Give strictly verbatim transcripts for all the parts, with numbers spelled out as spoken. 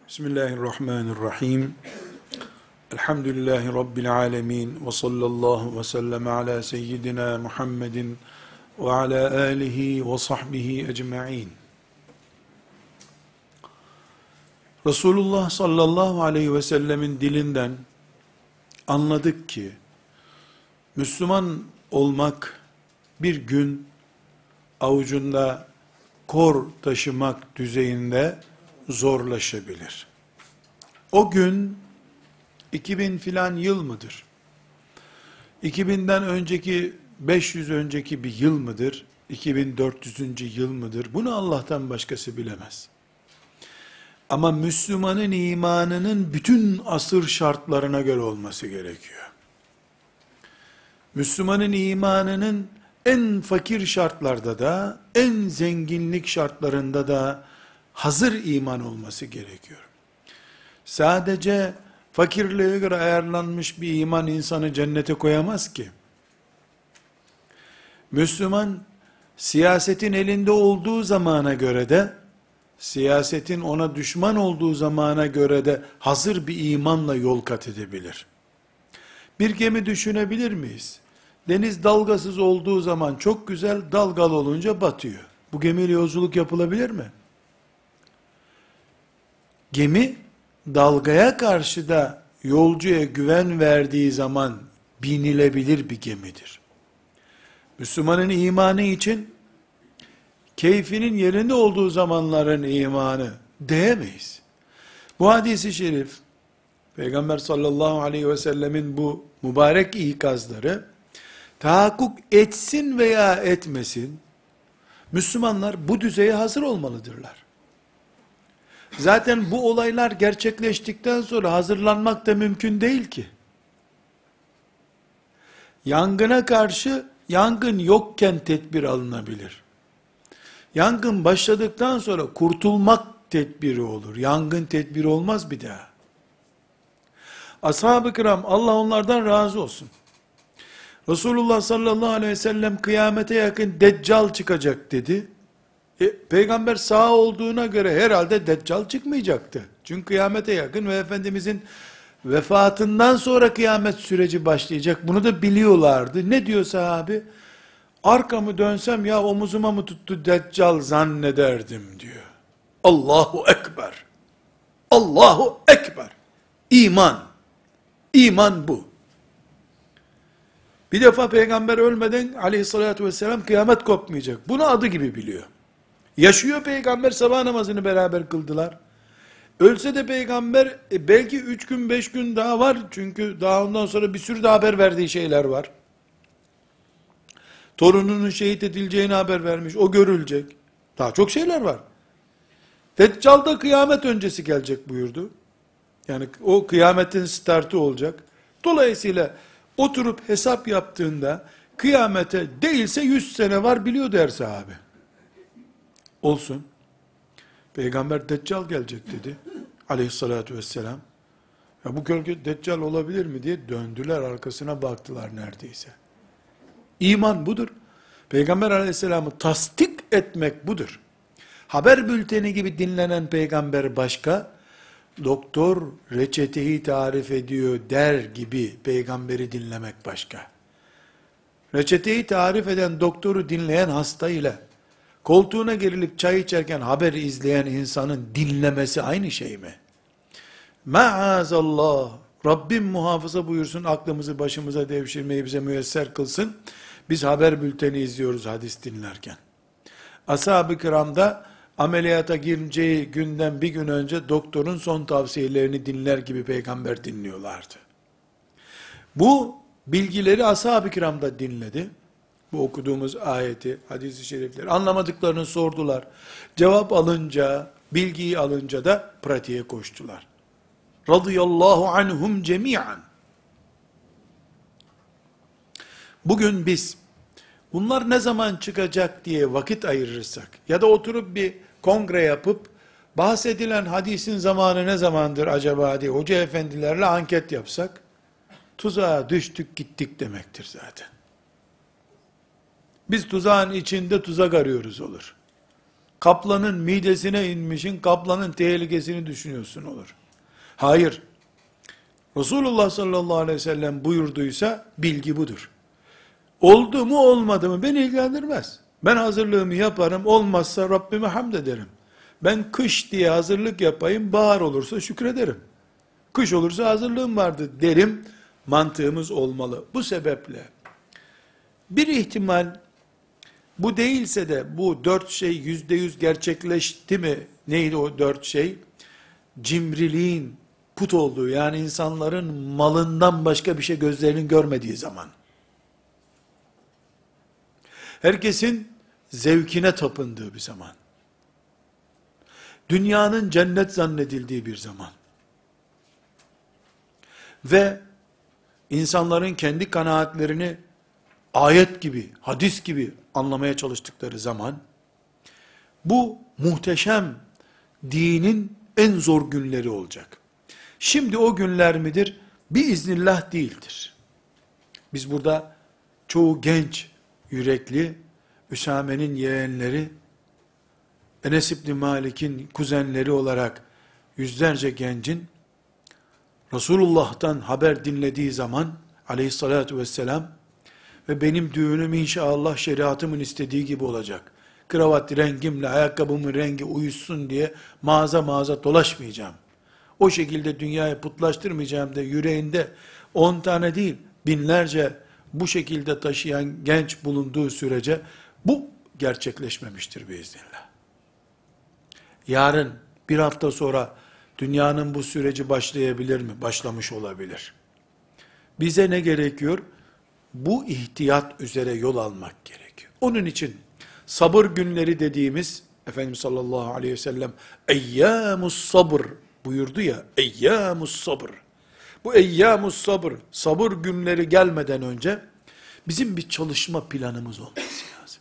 Bismillahirrahmanirrahim. Elhamdülillahi Rabbil alemin. Ve sallallahu ve sellem ala seyyidina Muhammedin ve ala alihi ve sahbihi ecma'in. Resulullah sallallahu aleyhi ve sellemin dilinden anladık ki, Müslüman olmak bir gün avucunda kor taşımak düzeyinde zorlaşabilir. O gün iki bin filan yıl mıdır? iki binden önceki beş yüz önceki bir yıl mıdır? iki bin dört yüzüncü yıl mıdır? Bunu Allah'tan başkası bilemez. Ama Müslümanın imanının bütün asır şartlarına göre olması gerekiyor. Müslümanın imanının en fakir şartlarda da, en zenginlik şartlarında da hazır iman olması gerekiyor. Sadece fakirliğe göre ayarlanmış bir iman insanı cennete koyamaz ki. Müslüman, siyasetin elinde olduğu zamana göre de, siyasetin ona düşman olduğu zamana göre de hazır bir imanla yol kat edebilir. Bir gemi düşünebilir miyiz? Deniz dalgasız olduğu zaman çok güzel, dalgalı olunca batıyor. Bu gemiyle yolculuk yapılabilir mi? Gemi, dalgaya karşı da yolcuya güven verdiği zaman binilebilir bir gemidir. Müslümanın imanı için, keyfinin yerinde olduğu zamanların imanı diyemeyiz. Bu hadis-i şerif, Peygamber sallallahu aleyhi ve sellemin bu mübarek ikazları, tahakkuk etsin veya etmesin, Müslümanlar bu düzeye hazır olmalıdırlar. Zaten bu olaylar gerçekleştikten sonra hazırlanmak da mümkün değil ki. Yangına karşı, yangın yokken tedbir alınabilir. Yangın başladıktan sonra kurtulmak tedbiri olur. Yangın tedbiri olmaz bir daha. Ashab-ı kiram, Allah onlardan razı olsun. Resulullah sallallahu aleyhi ve sellem kıyamete yakın Deccal çıkacak dedi. E, peygamber sağ olduğuna göre herhalde Deccal çıkmayacaktı. Çünkü kıyamete yakın ve Efendimizin vefatından sonra kıyamet süreci başlayacak. Bunu da biliyorlardı. Ne diyor sahabi? Arkamı dönsem ya omuzuma mı tuttu Deccal zannederdim diyor. Allahu Ekber. Allahu Ekber. İman. İman bu. Bir defa peygamber ölmeden aleyhissalatü vesselam kıyamet kopmayacak. Bunu adı gibi biliyor. Yaşıyor peygamber, sabah namazını beraber kıldılar. Ölse de peygamber e, belki üç gün beş gün daha var. Çünkü daha ondan sonra bir sürü de haber verdiği şeyler var. Torununun şehit edileceğini haber vermiş. O görülecek. Daha çok şeyler var. Deccal da kıyamet öncesi gelecek buyurdu. Yani o kıyametin startı olacak. Dolayısıyla oturup hesap yaptığında kıyamete değilse yüz sene var biliyordu her sahabe. Olsun. Peygamber Deccal gelecek dedi. Aleyhissalatü vesselam. Ya bu gölge Deccal olabilir mi diye döndüler, arkasına baktılar neredeyse. İman budur. Peygamber aleyhisselamı tasdik etmek budur. Haber bülteni gibi dinlenen peygamber başka, doktor reçeteyi tarif ediyor der gibi peygamberi dinlemek başka. Reçeteyi tarif eden doktoru dinleyen hasta ile koltuğuna gerilip çay içerken haber izleyen insanın dinlemesi aynı şey mi? Maazallah, Rabbim muhafaza buyursun, aklımızı başımıza devşirmeyi bize müyesser kılsın. Biz haber bülteni izliyoruz hadis dinlerken. Ashab-ı kiramda ameliyata gireceği günden bir gün önce doktorun son tavsiyelerini dinler gibi peygamber dinliyorlardı. Bu bilgileri ashab-ı kiram da dinledi. Bu okuduğumuz ayeti, hadis-i şerifleri anlamadıklarını sordular. Cevap alınca, bilgiyi alınca da pratiğe koştular. Radıyallahu anhum cemiyan. Bugün biz bunlar ne zaman çıkacak diye vakit ayırırsak ya da oturup bir kongre yapıp bahsedilen hadisin zamanı ne zamandır acaba diye hoca efendilerle anket yapsak tuzağa düştük gittik demektir zaten. Biz tuzağın içinde tuzak arıyoruz olur. kaplanın midesine inmişin, kaplanın tehlikesini düşünüyorsun olur. Hayır. Resulullah sallallahu aleyhi ve sellem buyurduysa bilgi budur. Oldu mu olmadı mı beni ilgilendirmez. Ben hazırlığımı yaparım, olmazsa Rabbime hamd ederim. Ben kış diye hazırlık yapayım, bahar olursa şükrederim. Kış olursa hazırlığım vardı derim, mantığımız olmalı. Bu sebeple bir ihtimal bu değilse de bu dört şey yüzde yüz gerçekleşti mi? Neydi o dört şey? Cimriliğin put olduğu, yani insanların malından başka bir şey gözlerinin görmediği zaman. Herkesin zevkine tapındığı bir zaman. Dünyanın cennet zannedildiği bir zaman. Ve insanların kendi kanaatlerini ayet gibi, hadis gibi anlamaya çalıştıkları zaman, bu muhteşem dinin en zor günleri olacak. Şimdi o günler midir? Biiznillah değildir. Biz burada çoğu genç, yürekli, Üsame'nin yeğenleri, Enes İbni Malik'in kuzenleri olarak yüzlerce gencin, Resulullah'tan haber dinlediği zaman, aleyhissalatu vesselam, ve benim düğünüm inşallah şeriatımın istediği gibi olacak. Kravat rengimle ayakkabımın rengi uyuşsun diye mağaza mağaza dolaşmayacağım. O şekilde dünyayı putlaştırmayacağım da yüreğinde on tane değil, binlerce bu şekilde taşıyan genç bulunduğu sürece bu gerçekleşmemiştir biiznillah. Yarın, bir hafta sonra dünyanın bu süreci başlayabilir mi? Başlamış olabilir. Bize ne gerekiyor? Bu ihtiyat üzere yol almak gerekiyor. Onun için sabır günleri dediğimiz, Efendimiz sallallahu aleyhi ve sellem eyyâmus sabır buyurdu ya, eyyâmus sabır. Bu eyyâmus sabır, sabır günleri gelmeden önce bizim bir çalışma planımız olması lazım.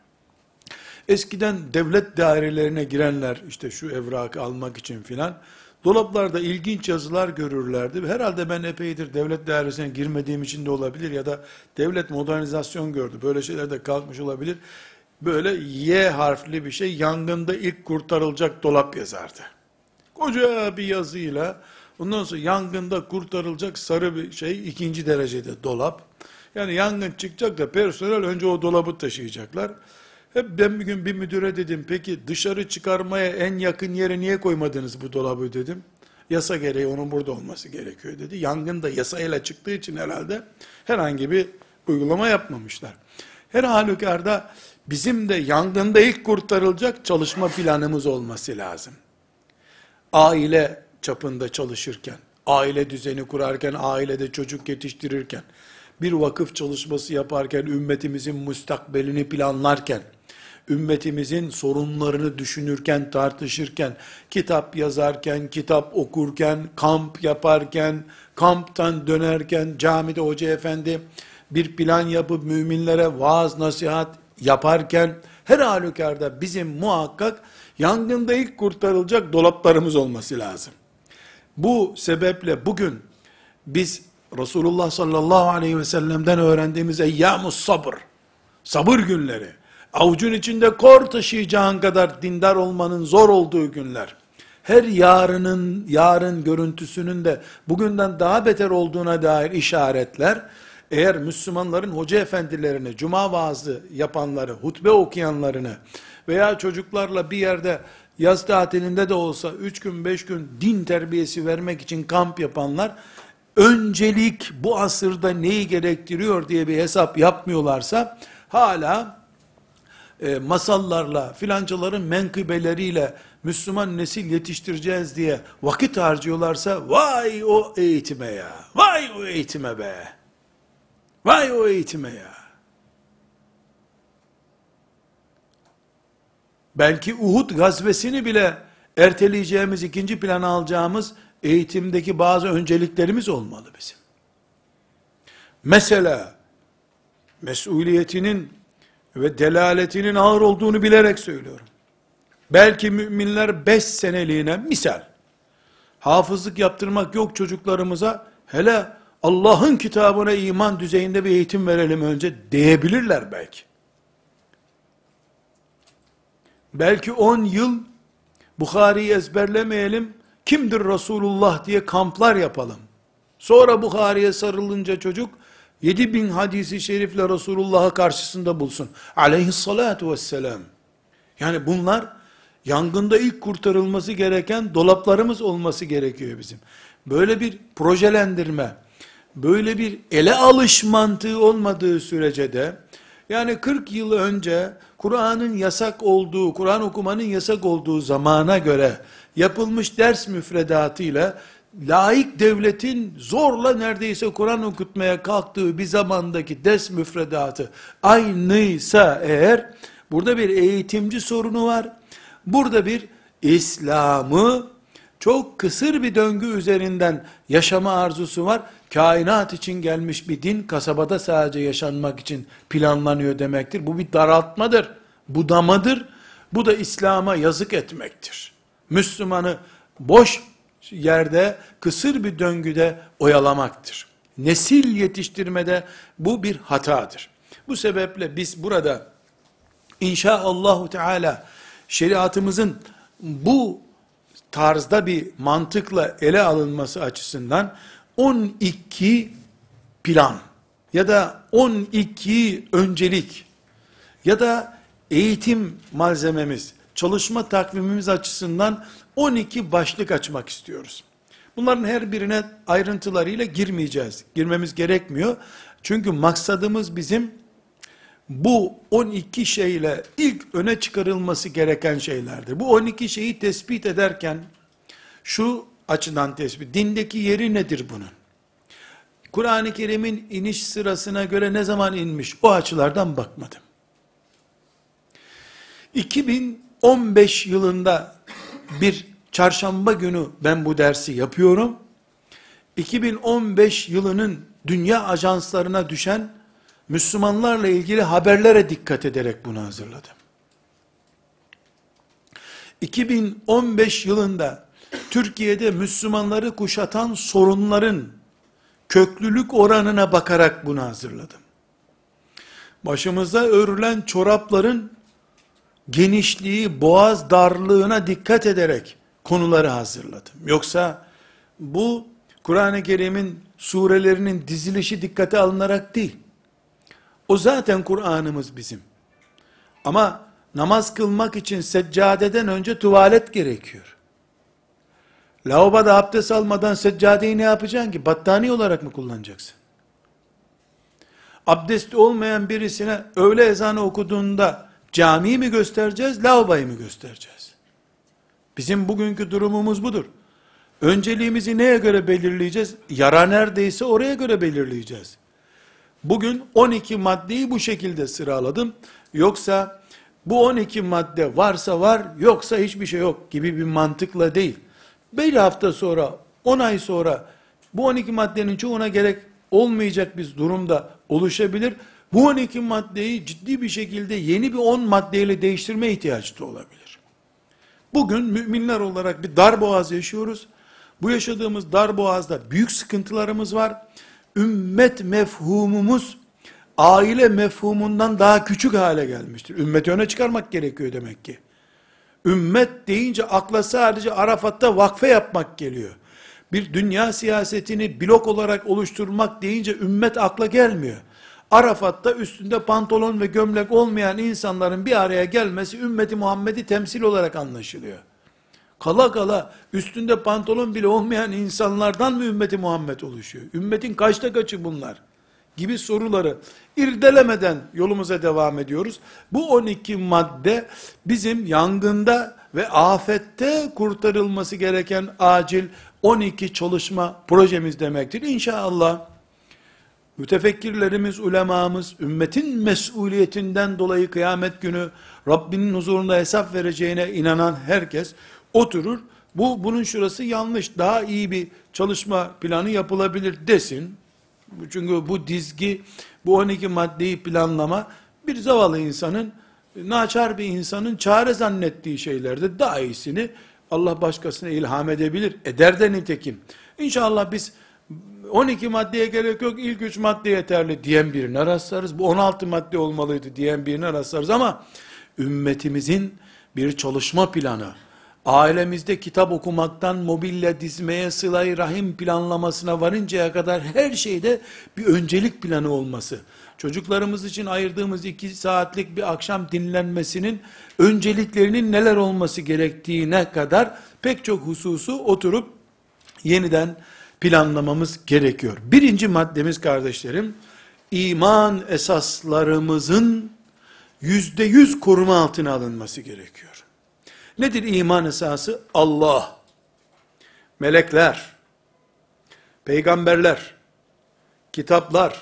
Eskiden devlet dairelerine girenler, işte şu evrakı almak için filan, dolaplarda ilginç yazılar görürlerdi. Herhalde ben epeydir devlet dairesine girmediğim için de olabilir ya da devlet modernizasyon gördü. Böyle şeyler de kalkmış olabilir. Böyle Y harfli bir şey, yangında ilk kurtarılacak dolap yazardı. Koca bir yazıyla, ondan sonra yangında kurtarılacak sarı bir şey, ikinci derecede dolap. Yani yangın çıkacak da personel önce o dolabı taşıyacaklar. Hep ben bir gün bir müdüre dedim, peki dışarı çıkarmaya en yakın yere niye koymadınız bu dolabı dedim. Yasa gereği onun burada olması gerekiyor dedi. Yangın da yasayla çıktığı için herhalde herhangi bir uygulama yapmamışlar. Her halükarda bizim de yangında ilk kurtarılacak çalışma planımız olması lazım. Aile çapında çalışırken, aile düzeni kurarken, ailede çocuk yetiştirirken, bir vakıf çalışması yaparken, ümmetimizin müstakbelini planlarken, ümmetimizin sorunlarını düşünürken, tartışırken, kitap yazarken, kitap okurken, kamp yaparken, kamptan dönerken, camide hoca efendi bir plan yapıp müminlere vaaz nasihat yaparken, her halükarda bizim muhakkak yangında ilk kurtarılacak dolaplarımız olması lazım. Bu sebeple bugün biz Resulullah sallallahu aleyhi ve sellem'den öğrendiğimiz eyyâmus sabır, sabır günleri, avucun içinde kor taşıyacağın kadar dindar olmanın zor olduğu günler, her yarının, yarın görüntüsünün de bugünden daha beter olduğuna dair işaretler, eğer Müslümanların hoca efendilerini, cuma vaazı yapanları, hutbe okuyanlarını veya çocuklarla bir yerde yaz tatilinde de olsa üç gün beş gün din terbiyesi vermek için kamp yapanlar, öncelik bu asırda neyi gerektiriyor diye bir hesap yapmıyorlarsa, hala e, masallarla, filancaların menkıbeleriyle Müslüman nesil yetiştireceğiz diye vakit harcıyorlarsa, vay o eğitime ya, vay o eğitime be, vay o eğitime ya. Belki Uhud gazvesini bile erteleyeceğimiz, ikinci plana alacağımız eğitimdeki bazı önceliklerimiz olmalı bizim. Mesela, mesuliyetinin ve delaletinin ağır olduğunu bilerek söylüyorum. Belki müminler beş seneliğine, misal, hafızlık yaptırmak yok çocuklarımıza, hele Allah'ın kitabına iman düzeyinde bir eğitim verelim önce diyebilirler belki. Belki on yıl Bukhari'yi ezberlemeyelim, kimdir Resulullah diye kamplar yapalım. Sonra Bukhari'ye sarılınca çocuk, yedi bin hadisi şerifle Resulullah'ı karşısında bulsun. Aleyhissalatu vesselam. Yani bunlar, yangında ilk kurtarılması gereken dolaplarımız olması gerekiyor bizim. Böyle bir projelendirme, böyle bir ele alış mantığı olmadığı sürece de, yani kırk yıl önce Kur'an'ın yasak olduğu, Kur'an okumanın yasak olduğu zamana göre yapılmış ders müfredatıyla laik devletin zorla neredeyse Kur'an okutmaya kalktığı bir zamandaki ders müfredatı aynıysa eğer, burada bir eğitimci sorunu var. Burada bir İslam'ı çok kısır bir döngü üzerinden yaşama arzusu var. Kainat için gelmiş bir din, kasabada sadece yaşanmak için planlanıyor demektir. Bu bir daraltmadır, budamadır. Bu da İslam'a yazık etmektir. Müslümanı boş yerde, kısır bir döngüde oyalamaktır. Nesil yetiştirmede bu bir hatadır. Bu sebeple biz burada İnşaallahu Teala şeriatımızın bu tarzda bir mantıkla ele alınması açısından on iki plan ya da on iki öncelik ya da eğitim malzememiz, çalışma takvimimiz açısından on iki başlık açmak istiyoruz. Bunların her birine ayrıntılarıyla girmeyeceğiz. Girmemiz gerekmiyor. Çünkü maksadımız bizim bu on iki şeyle ilk öne çıkarılması gereken şeylerdir. Bu on iki şeyi tespit ederken şu açıdan tespit, dindeki yeri nedir bunun? Kur'an-ı Kerim'in iniş sırasına göre ne zaman inmiş? O açılardan bakmadım. iki bin on beş yılında bir çarşamba günü ben bu dersi yapıyorum. iki bin on beş yılının dünya ajanslarına düşen Müslümanlarla ilgili haberlere dikkat ederek bunu hazırladım. iki bin on beş yılında Türkiye'de Müslümanları kuşatan sorunların köklülük oranına bakarak bunu hazırladım. Başımıza örülen çorapların genişliği, boğaz darlığına dikkat ederek konuları hazırladım. Yoksa bu Kur'an-ı Kerim'in surelerinin dizilişi dikkate alınarak değil. O zaten Kur'an'ımız bizim. Ama namaz kılmak için seccadeden önce tuvalet gerekiyor. Lavaboda abdest almadan seccadeyi ne yapacaksın ki? Battaniye olarak mı kullanacaksın? Abdesti olmayan birisine öğle ezanı okuduğunda camiyi mi göstereceğiz, lavaboyu mu göstereceğiz? Bizim bugünkü durumumuz budur. Önceliğimizi neye göre belirleyeceğiz? Yara neredeyse oraya göre belirleyeceğiz. Bugün on iki maddeyi bu şekilde sıraladım. Yoksa bu on iki madde varsa var, yoksa hiçbir şey yok gibi bir mantıkla değil. Bir hafta sonra, on ay sonra bu on iki maddenin çoğuna gerek olmayacak bir durumda oluşabilir. Bu on iki maddeyi ciddi bir şekilde yeni bir on maddeyle değiştirme ihtiyacı da olabilir. Bugün müminler olarak bir darboğaz yaşıyoruz. Bu yaşadığımız darboğazda büyük sıkıntılarımız var. Ümmet mefhumumuz aile mefhumundan daha küçük hale gelmiştir. Ümmeti öne çıkarmak gerekiyor demek ki. Ümmet deyince akla sadece Arafat'ta vakfe yapmak geliyor. Bir dünya siyasetini blok olarak oluşturmak deyince ümmet akla gelmiyor. Arafat'ta üstünde pantolon ve gömlek olmayan insanların bir araya gelmesi ümmeti Muhammed'i temsil olarak anlaşılıyor. Kala kala üstünde pantolon bile olmayan insanlardan mı ümmeti Muhammed oluşuyor? Ümmetin kaçta kaçı bunlar? Gibi soruları irdelemeden yolumuza devam ediyoruz. Bu on iki madde bizim yangında ve afette kurtarılması gereken acil on iki çalışma projemiz demektir. İnşallah mütefekkirlerimiz, ulemamız, ümmetin mesuliyetinden dolayı kıyamet günü Rabbinin huzurunda hesap vereceğine inanan herkes oturur. Bu bunun şurası yanlış, daha iyi bir çalışma planı yapılabilir desin. Çünkü bu dizgi, bu on iki maddeyi planlama bir zavallı insanın, naçar bir insanın çare zannettiği şeylerde daha iyisini Allah başkasına ilham edebilir. Eder de nitekim. İnşallah biz on iki maddeye gerek yok, ilk üç madde yeterli diyen birine rastlarız. Bu on altı madde olmalıydı diyen birine rastlarız ama ümmetimizin bir çalışma planı, ailemizde kitap okumaktan mobilya dizmeye, sıla-i rahim planlamasına varıncaya kadar her şeyde bir öncelik planı olması, çocuklarımız için ayırdığımız iki saatlik bir akşam dinlenmesinin önceliklerinin neler olması gerektiğine kadar pek çok hususu oturup yeniden planlamamız gerekiyor. Birinci maddemiz kardeşlerim, iman esaslarımızın yüzde yüz koruma altına alınması gerekiyor. Nedir iman esası? Allah, melekler, peygamberler, kitaplar,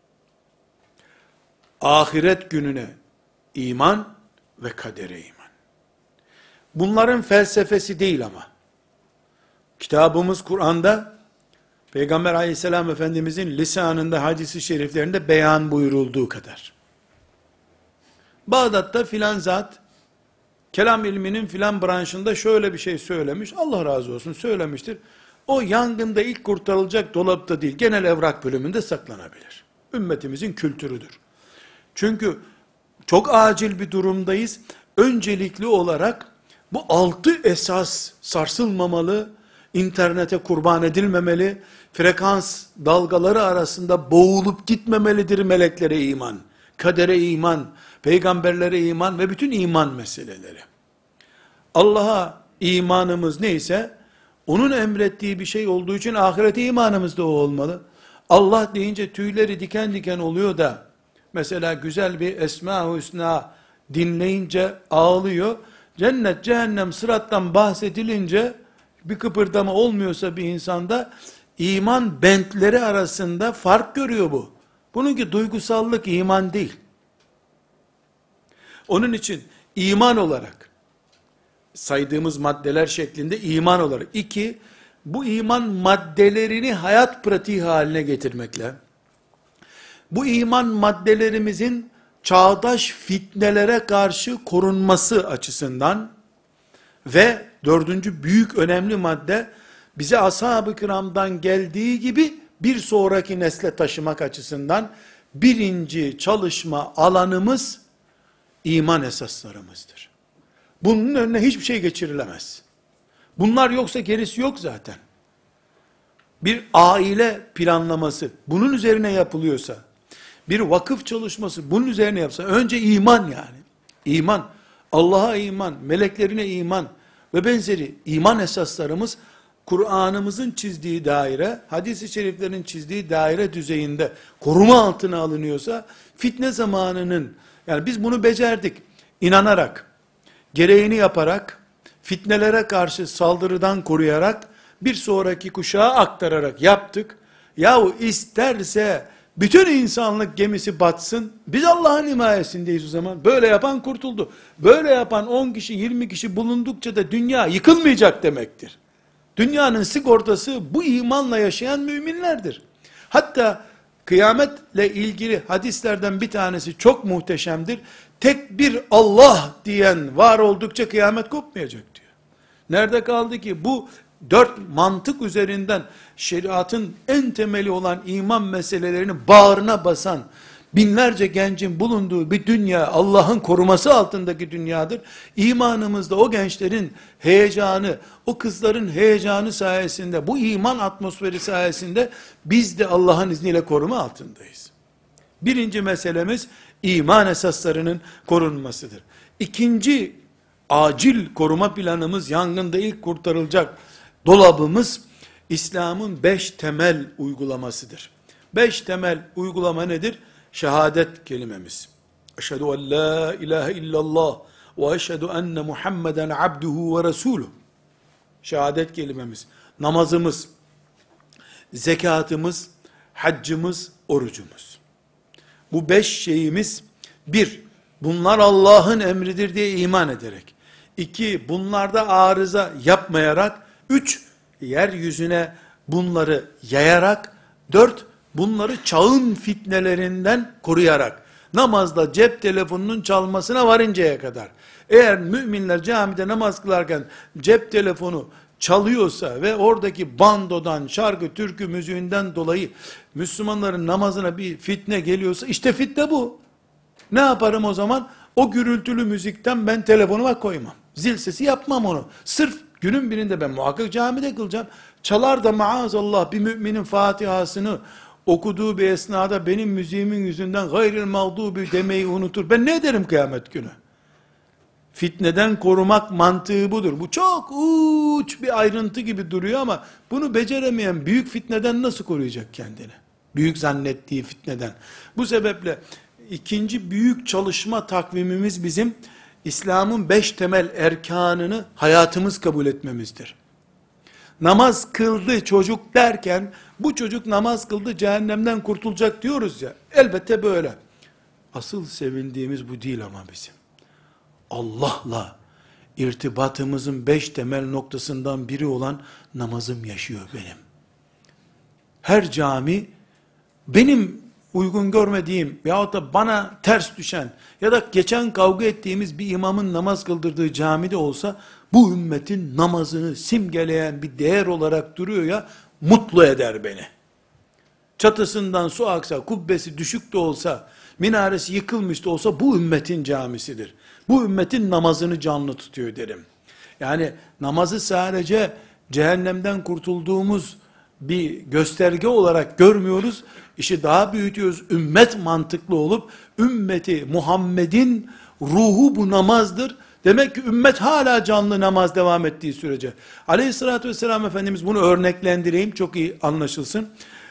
ahiret gününe iman ve kadere iman. Bunların felsefesi değil ama. Kitabımız Kur'an'da, Peygamber aleyhisselam efendimizin lisanında, hadisi şeriflerinde beyan buyurulduğu kadar. Bağdat'ta filan zat, kelam ilminin filan branşında şöyle bir şey söylemiş, Allah razı olsun söylemiştir. O yangında ilk kurtarılacak dolapta değil, genel evrak bölümünde saklanabilir. Ümmetimizin kültürüdür. Çünkü çok acil bir durumdayız. Öncelikli olarak bu altı esas sarsılmamalı, internete kurban edilmemeli, frekans dalgaları arasında boğulup gitmemelidir meleklere iman, kadere iman, peygamberlere iman ve bütün iman meseleleri. Allah'a imanımız neyse, onun emrettiği bir şey olduğu için ahirete imanımız da o olmalı. Allah deyince tüyleri diken diken oluyor da, mesela güzel bir Esma-ı Hüsna dinleyince ağlıyor, cennet, cehennem, sırattan bahsedilince, bir kıpırdama olmuyorsa bir insanda, iman bentleri arasında fark görüyor bu. Bununki duygusallık iman değil. Onun için iman olarak, saydığımız maddeler şeklinde iman olarak, iki, bu iman maddelerini hayat pratiği haline getirmekle, bu iman maddelerimizin çağdaş fitnelere karşı korunması açısından ve dördüncü büyük önemli madde, bize ashab-ı kiramdan geldiği gibi bir sonraki nesle taşımak açısından birinci çalışma alanımız iman esaslarımızdır. Bunun önüne hiçbir şey geçirilemez. Bunlar yoksa gerisi yok zaten. Bir aile planlaması bunun üzerine yapılıyorsa, bir vakıf çalışması bunun üzerine yapsa, önce iman yani. İman, Allah'a iman, meleklerine iman ve benzeri iman esaslarımız, Kur'an'ımızın çizdiği daire, hadis-i şeriflerin çizdiği daire düzeyinde koruma altına alınıyorsa, fitne zamanının, yani biz bunu becerdik, inanarak, gereğini yaparak, fitnelere karşı saldırıdan koruyarak, bir sonraki kuşağa aktararak yaptık. Yahu isterse bütün insanlık gemisi batsın, biz Allah'ın himayesindeyiz o zaman. Böyle yapan kurtuldu. Böyle yapan on kişi, yirmi kişi bulundukça da dünya yıkılmayacak demektir. Dünyanın sigortası bu imanla yaşayan müminlerdir. Hatta kıyametle ilgili hadislerden bir tanesi çok muhteşemdir. Tek bir Allah diyen var oldukça kıyamet kopmayacak diyor. Nerede kaldı ki bu dört mantık üzerinden şeriatın en temeli olan iman meselelerini bağrına basan binlerce gencin bulunduğu bir dünya, Allah'ın koruması altındaki dünyadır. İmanımızda o gençlerin heyecanı, o kızların heyecanı sayesinde, bu iman atmosferi sayesinde biz de Allah'ın izniyle koruma altındayız. Birinci meselemiz iman esaslarının korunmasıdır. İkinci acil koruma planımız, yangında ilk kurtarılacak dolabımız, İslam'ın beş temel uygulamasıdır. Beş temel uygulama nedir? Şehadet kelimemiz. Eşhedü en la ilahe illallah ve eşhedü enne Muhammeden abduhu ve resuluh. Şehadet kelimemiz. Namazımız, zekatımız, haccımız, orucumuz. Bu beş şeyimiz, bir, bunlar Allah'ın emridir diye iman ederek. İki, bunlarda arıza yapmayarak. Üç, yeryüzüne bunları yayarak. Dört, bunları çağın fitnelerinden koruyarak. Namazda cep telefonunun çalmasına varıncaya kadar. Eğer müminler camide namaz kılarken cep telefonu çalıyorsa ve oradaki bandodan, şarkı, türkü müziğinden dolayı Müslümanların namazına bir fitne geliyorsa, işte fitne bu. Ne yaparım o zaman? O gürültülü müzikten ben telefonuma koymam. Zil sesi yapmam onu. Sırf günün birinde ben muhakkak camide kılacağım. Çalar da maazallah bir müminin Fatiha'sını okuduğu bir esnada benim müziğimin yüzünden gayril mağdubi demeyi unutur. Ben ne ederim kıyamet günü? Fitneden korumak mantığı budur. Bu çok uç bir ayrıntı gibi duruyor ama bunu beceremeyen büyük fitneden nasıl koruyacak kendini? Büyük zannettiği fitneden. Bu sebeple ikinci büyük çalışma takvimimiz bizim İslam'ın beş temel erkanını hayatımız kabul etmemizdir. Namaz kıldı çocuk derken bu çocuk namaz kıldı cehennemden kurtulacak diyoruz ya. Elbette böyle. Asıl sevindiğimiz bu değil ama bizim. Allah'la irtibatımızın beş temel noktasından biri olan namazım yaşıyor benim. Her cami benim uygun görmediğim yahut da bana ters düşen ya da geçen kavga ettiğimiz bir imamın namaz kıldırdığı camide olsa bu ümmetin namazını simgeleyen bir değer olarak duruyor ya, mutlu eder beni. Çatısından su aksa, kubbesi düşük de olsa, minaresi yıkılmış da olsa bu ümmetin camisidir. Bu ümmetin namazını canlı tutuyor derim. Yani namazı sadece cehennemden kurtulduğumuz bir gösterge olarak görmüyoruz. İşi daha büyütüyoruz. Ümmet mantıklı olup, ümmeti Muhammed'in ruhu bu namazdır. Demek ki ümmet hala canlı namaz devam ettiği sürece. Aleyhissalatü vesselam Efendimiz bunu örneklendireyim, çok iyi anlaşılsın.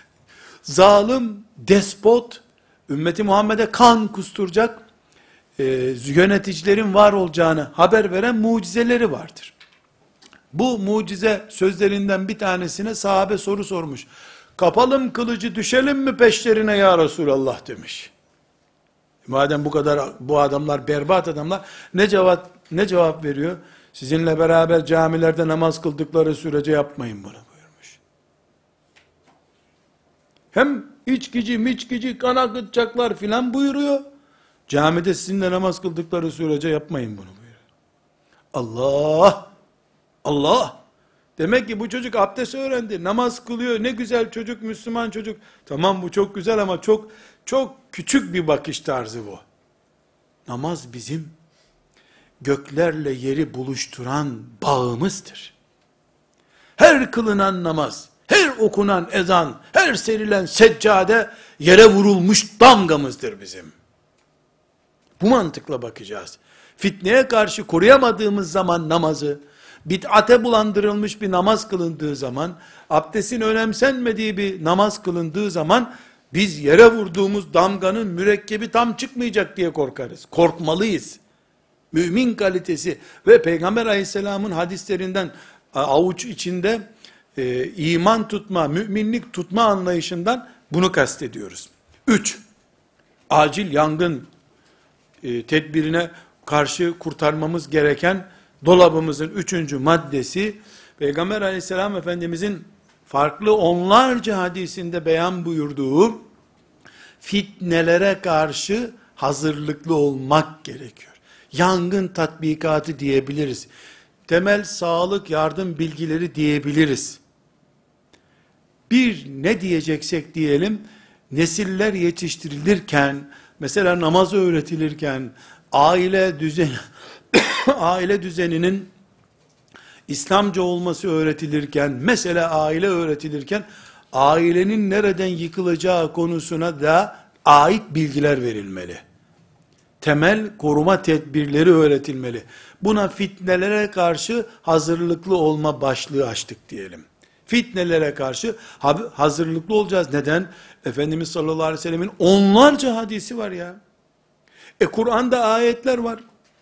Zalim, despot, ümmeti Muhammed'e kan kusturacak e, yöneticilerin var olacağını haber veren mucizeleri vardır. Bu mucize sözlerinden bir tanesine sahabe soru sormuş. Kapalım kılıcı düşelim mi peşlerine ya Resulallah demiş. Madem bu kadar bu adamlar berbat adamlar, ne cevap ne cevap veriyor? Sizinle beraber camilerde namaz kıldıkları sürece yapmayın bunu buyurmuş. Hem içkici miçkici kan akıtacaklar filan buyuruyor. Camide sizinle namaz kıldıkları sürece yapmayın bunu buyuruyor. Allah! Allah! Demek ki bu çocuk abdest öğrendi, namaz kılıyor, ne güzel çocuk, Müslüman çocuk. Tamam, bu çok güzel ama çok çok küçük bir bakış tarzı bu. Namaz bizim göklerle yeri buluşturan bağımızdır. Her kılınan namaz, her okunan ezan, her serilen seccade yere vurulmuş damgamızdır bizim. Bu mantıkla bakacağız. Fitneye karşı koruyamadığımız zaman namazı, bid'ate bulandırılmış bir namaz kılındığı zaman, abdestin önemsenmediği bir namaz kılındığı zaman, biz yere vurduğumuz damganın mürekkebi tam çıkmayacak diye korkarız. Korkmalıyız. Mümin kalitesi ve Peygamber aleyhisselamın hadislerinden avuç içinde e, iman tutma, müminlik tutma anlayışından bunu kastediyoruz. Üç, acil yangın e, tedbirine karşı kurtarmamız gereken dolabımızın üçüncü maddesi, Peygamber aleyhisselam Efendimizin farklı onlarca hadisinde beyan buyurduğu fitnelere karşı hazırlıklı olmak gerekiyor. Yangın tatbikatı diyebiliriz. Temel sağlık yardım bilgileri diyebiliriz. Bir ne diyeceksek diyelim, nesiller yetiştirilirken, mesela namaz öğretilirken, aile düzeni, aile düzeninin İslamca olması öğretilirken, mesela aile öğretilirken, ailenin nereden yıkılacağı konusuna da ait bilgiler verilmeli. Temel koruma tedbirleri öğretilmeli. Buna fitnelere karşı hazırlıklı olma başlığı açtık diyelim. Fitnelere karşı hazırlıklı olacağız. Neden? Efendimiz sallallahu aleyhi ve sellemin onlarca hadisi var ya. E Kur'an'da ayetler var.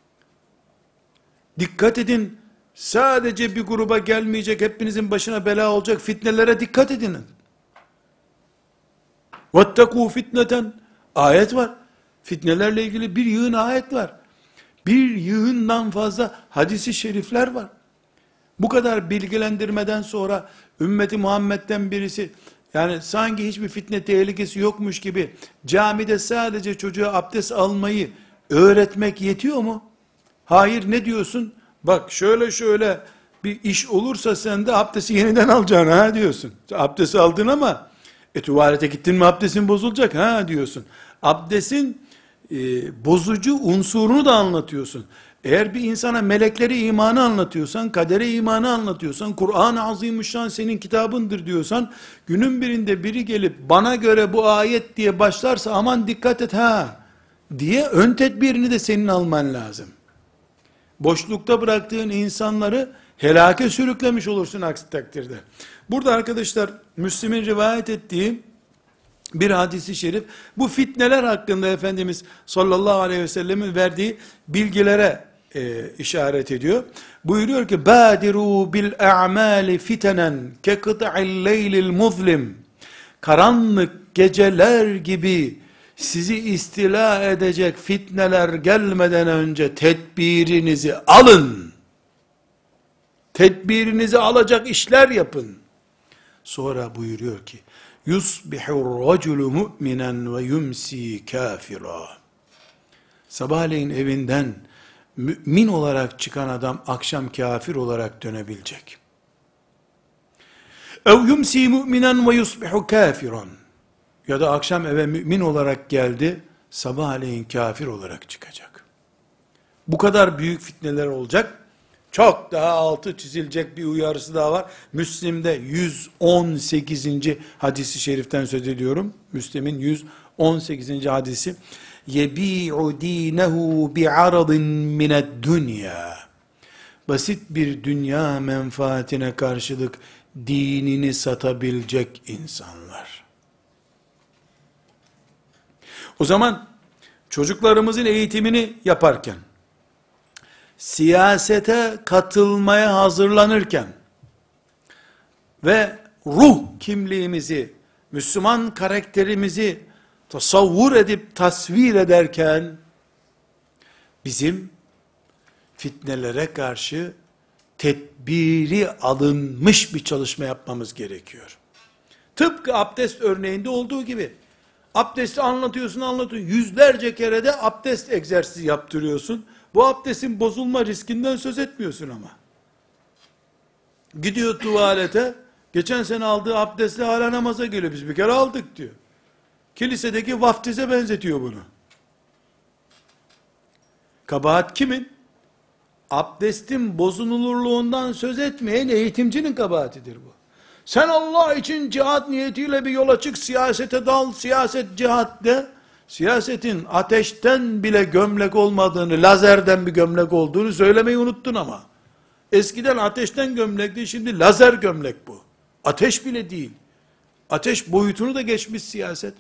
Dikkat edin, sadece bir gruba gelmeyecek, hepinizin başına bela olacak fitnelere dikkat edin. وَاتَّقُوا fitneten ayet var. Fitnelerle ilgili bir yığın ayet var. Bir yığından fazla hadisi şerifler var. Bu kadar bilgilendirmeden sonra ümmeti Muhammed'den birisi, yani sanki hiçbir fitne tehlikesi yokmuş gibi camide sadece çocuğa abdest almayı öğretmek yetiyor mu? Hayır, ne diyorsun? Bak şöyle şöyle bir iş olursa sen de abdesti yeniden alacaksın ha diyorsun. Abdesti aldın ama e tuvalete gittin mi abdestin bozulacak ha diyorsun. Abdestin e, bozucu unsurunu da anlatıyorsun. Eğer bir insana melekleri imanı anlatıyorsan, kadere imanı anlatıyorsan, Kur'an-ı Azimüşşan senin kitabındır diyorsan, günün birinde biri gelip bana göre bu ayet diye başlarsa aman dikkat et ha diye ön tedbirini de senin alman lazım. Boşlukta bıraktığın insanları helake sürüklemiş olursun aksi takdirde. Burada arkadaşlar Müslim'in rivayet ettiği bir hadisi şerif, bu fitneler hakkında Efendimiz sallallahu aleyhi ve sellemin verdiği bilgilere e, işaret ediyor. Buyuruyor ki, badiru bil a'mali fitenen ke kıta'il leylil muzlim. Karanlık geceler gibi sizi istila edecek fitneler gelmeden önce tedbirinizi alın. Tedbirinizi alacak işler yapın. Sonra buyuruyor ki, yusbihur raculu mu'minen ve yumsi kafira. Sabahleyin evinden mümin olarak çıkan adam akşam kafir olarak dönebilecek. Ev yumsi mu'minen ve yusbihu kafiran. Ya da akşam eve mümin olarak geldi, sabahleyin kafir olarak çıkacak. Bu kadar büyük fitneler olacak. Çok daha altı çizilecek bir uyarısı daha var. Müslim'de yüz on sekizinci hadisi şeriften söz ediyorum. Müslim'in yüz on sekizinci hadisi. Yebi'u dinehu bi'aradin mined dünya. Basit bir dünya menfaatine karşılık dinini satabilecek insanlar. O zaman çocuklarımızın eğitimini yaparken, siyasete katılmaya hazırlanırken ve ruh kimliğimizi, Müslüman karakterimizi tasavvur edip tasvir ederken, bizim fitnelere karşı tedbiri alınmış bir çalışma yapmamız gerekiyor. Tıpkı abdest örneğinde olduğu gibi, abdesti anlatıyorsun anlatıyorsun, yüzlerce kere de abdest egzersizi yaptırıyorsun. Bu abdestin bozulma riskinden söz etmiyorsun ama. Gidiyor tuvalete, geçen sene aldığı abdestle hala namaza geliyor, biz bir kere aldık diyor. Kilisedeki vaftize benzetiyor bunu. Kabahat kimin? Abdestin bozulurluğundan söz etmeyen eğitimcinin kabahatidir bu. Sen Allah için cihat niyetiyle bir yola çık, siyasete dal, siyaset cihat de, siyasetin ateşten bile gömlek olmadığını, lazerden bir gömlek olduğunu söylemeyi unuttun ama. Eskiden ateşten gömlekti, şimdi lazer gömlek bu. Ateş bile değil. Ateş boyutunu da geçmiş siyaset.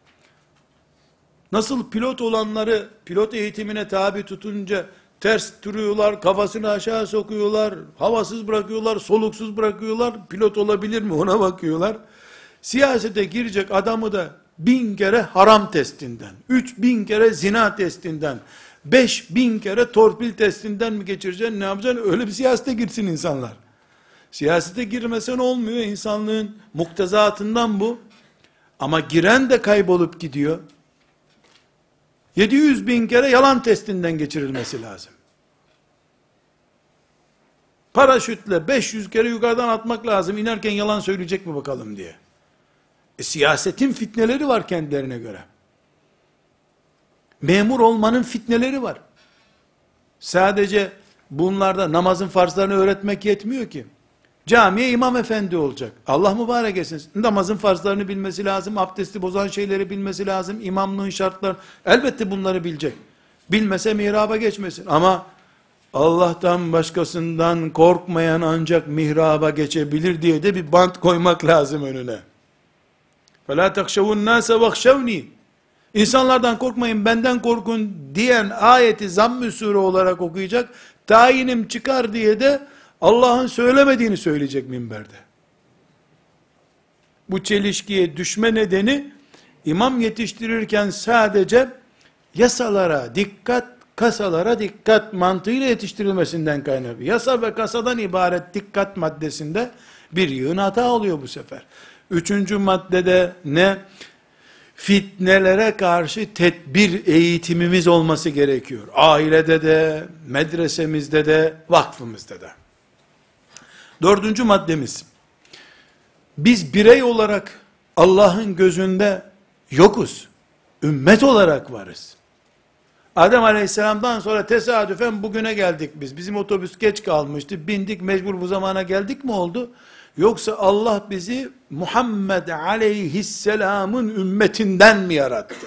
Nasıl pilot olanları pilot eğitimine tabi tutunca ters duruyorlar, kafasını aşağı sokuyorlar, havasız bırakıyorlar, soluksuz bırakıyorlar, pilot olabilir mi ona bakıyorlar. Siyasete girecek adamı da bin kere haram testinden, üç bin kere zina testinden, beş bin kere torpil testinden mi geçireceksin, ne yapacaksın? Öyle bir siyasete girsin insanlar. Siyasete girmesen olmuyor, insanlığın muktezatından bu. Ama giren de kaybolup gidiyor. yedi yüz bin kere yalan testinden geçirilmesi lazım. Paraşütle beş yüz kere yukarıdan atmak lazım, inerken yalan söyleyecek mi bakalım diye. E, siyasetin fitneleri var kendilerine göre. Memur olmanın fitneleri var. Sadece bunlarda namazın farzlarını öğretmek yetmiyor ki. Camiye imam efendi olacak. Allah mübarek etsin. Namazın farzlarını bilmesi lazım, abdesti bozan şeyleri bilmesi lazım, imamlığın şartları, elbette bunları bilecek. Bilmese mihraba geçmesin. Ama Allah'tan başkasından korkmayan ancak mihraba geçebilir diye de bir bant koymak lazım önüne. فَلَا تَخْشَوُ النَّاسَ وَخْشَوْنِي. İnsanlardan korkmayın, benden korkun diyen ayeti Zamm-ı Sure olarak okuyacak. Tayinim çıkar diye de Allah'ın söylemediğini söyleyecek minberde. Bu çelişkiye düşme nedeni, imam yetiştirirken sadece yasalara dikkat, kasalara dikkat mantığıyla yetiştirilmesinden kaynaklı. Yasa ve kasadan ibaret dikkat maddesinde bir yığın hata oluyor bu sefer. Üçüncü maddede ne? Fitnelere karşı tedbir eğitimimiz olması gerekiyor. Ailede de, medresemizde de, vakfımızda da. Dördüncü maddemiz, biz birey olarak Allah'ın gözünde yokuz. Ümmet olarak varız. Adem Aleyhisselam'dan sonra tesadüfen bugüne geldik biz. Bizim otobüs geç kalmıştı. Bindik, mecbur bu zamana geldik mi oldu? Yoksa Allah bizi Muhammed Aleyhisselam'ın ümmetinden mi yarattı?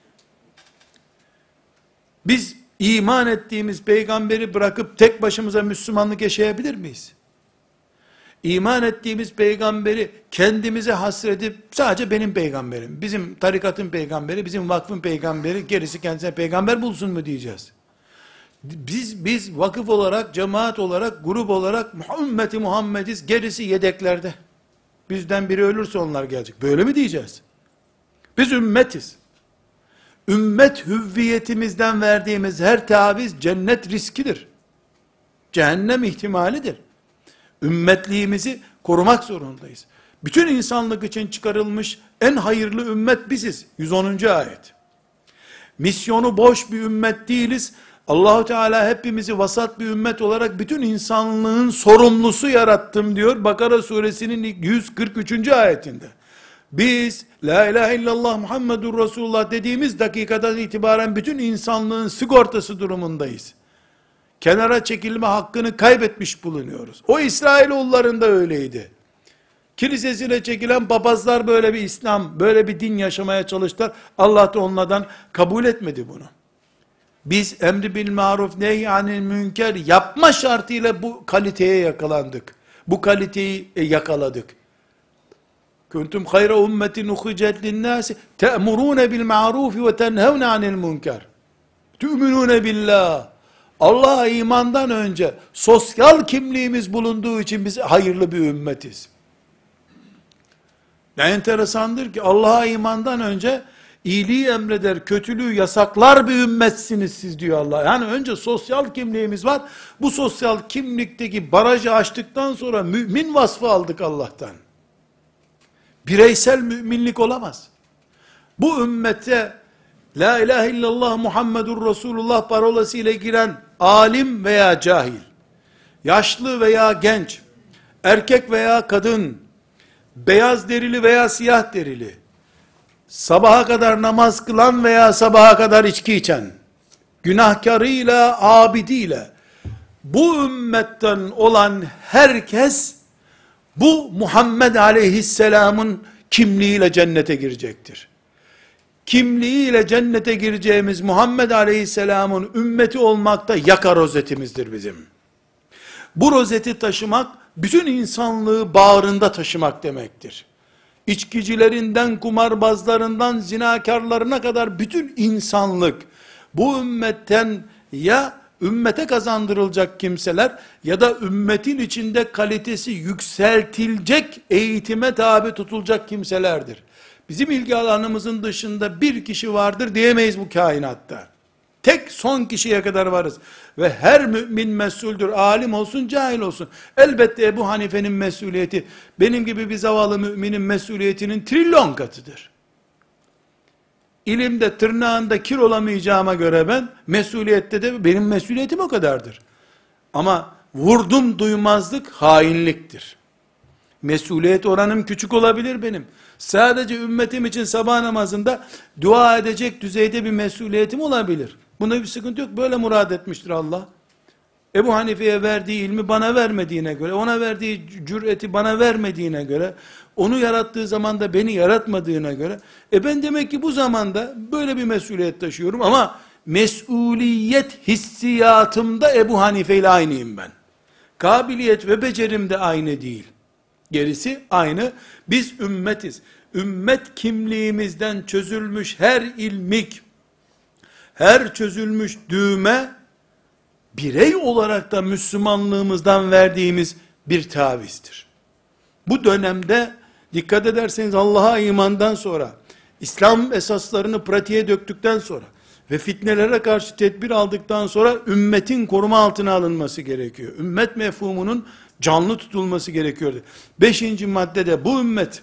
Biz iman ettiğimiz peygamberi bırakıp tek başımıza Müslümanlık yaşayabilir miyiz? İman ettiğimiz peygamberi kendimize hasredip sadece benim peygamberim, bizim tarikatın peygamberi, bizim vakfın peygamberi, gerisi kendisine peygamber bulsun mu diyeceğiz? Biz biz vakıf olarak, cemaat olarak, grup olarak ümmeti Muhammediz, gerisi yedeklerde. Bizden biri ölürse onlar gelecek. Böyle mi diyeceğiz? Biz ümmetiz. Ümmet hüvviyetimizden verdiğimiz her taviz cennet riskidir. Cehennem ihtimalidir. Ümmetliğimizi korumak zorundayız. Bütün insanlık için çıkarılmış en hayırlı ümmet biziz. yüz onuncu ayet. Misyonu boş bir ümmet değiliz. Allahu Teala hepimizi vasat bir ümmet olarak bütün insanlığın sorumlusu yarattım diyor Bakara suresinin yüz kırk üçüncü ayetinde. Biz la ilahe illallah Muhammedur Resulullah dediğimiz dakikadan itibaren bütün insanlığın sigortası durumundayız. Kenara çekilme hakkını kaybetmiş bulunuyoruz. O İsrailoğulların da öyleydi. Kilisesine çekilen papazlar böyle bir İslam, böyle bir din yaşamaya çalıştılar. Allah da onlardan kabul etmedi bunu. Biz emri bil maruf nehy anil münker yapma şartıyla bu kaliteye yakalandık. Bu kaliteyi yakaladık. Kuntum hayra ummetin ukhicet linnâsi te'murûne bil ma'rufi ve tenhevne anil münker. Tu'minûne billah. Allah'a imandan önce sosyal kimliğimiz bulunduğu için biz hayırlı bir ümmetiz. Ne enteresandır ki Allah'a imandan önce iyiliği emreder, kötülüğü yasaklar bir ümmetsiniz siz diyor Allah. Yani önce sosyal kimliğimiz var. Bu sosyal kimlikteki barajı açtıktan sonra mümin vasfı aldık Allah'tan. Bireysel müminlik olamaz. Bu ümmete la ilahe illallah Muhammedur Resulullah parolası ile giren alim veya cahil, yaşlı veya genç, erkek veya kadın, beyaz derili veya siyah derili, sabaha kadar namaz kılan veya sabaha kadar içki içen, günahkarıyla, abidiyle, bu ümmetten olan herkes, bu Muhammed Aleyhisselam'ın kimliğiyle cennete girecektir. Kimliğiyle cennete gireceğimiz Muhammed Aleyhisselam'ın ümmeti olmakta yaka rozetimizdir bizim. Bu rozeti taşımak, bütün insanlığı bağrında taşımak demektir. İçkicilerinden, kumarbazlarından, zinakarlarına kadar bütün insanlık, bu ümmetten ya ümmete kazandırılacak kimseler, ya da ümmetin içinde kalitesi yükseltilecek eğitime tabi tutulacak kimselerdir. Bizim ilgi alanımızın dışında bir kişi vardır diyemeyiz bu kainatta. Tek son kişiye kadar varız. Ve her mümin mesuldür. Alim olsun, cahil olsun. Elbette Ebu Hanife'nin mesuliyeti, benim gibi bir zavallı müminin mesuliyetinin trilyon katıdır. İlimde tırnağında kir olamayacağıma göre ben, mesuliyette de benim mesuliyetim o kadardır. Ama vurdum duymazlık hainliktir. Mesuliyet oranım küçük olabilir benim. Sadece ümmetim için sabah namazında dua edecek düzeyde bir mesuliyetim olabilir. Bunda bir sıkıntı yok. Böyle murad etmiştir Allah. Ebu Hanife'ye verdiği ilmi bana vermediğine göre, ona verdiği cüreti bana vermediğine göre, onu yarattığı zaman da beni yaratmadığına göre, e ben demek ki bu zamanda böyle bir mesuliyet taşıyorum ama mesuliyet hissiyatımda Ebu Hanife ile aynıyım ben. Kabiliyet ve becerim de aynı değil. Gerisi aynı. Biz ümmetiz. Ümmet kimliğimizden çözülmüş her ilmik, her çözülmüş düğme, birey olarak da Müslümanlığımızdan verdiğimiz bir tavizdir. Bu dönemde dikkat ederseniz Allah'a imandan sonra, İslam esaslarını pratiğe döktükten sonra ve fitnelere karşı tedbir aldıktan sonra ümmetin koruma altına alınması gerekiyor. Ümmet mefhumunun canlı tutulması gerekiyordu. Beşinci maddede bu ümmet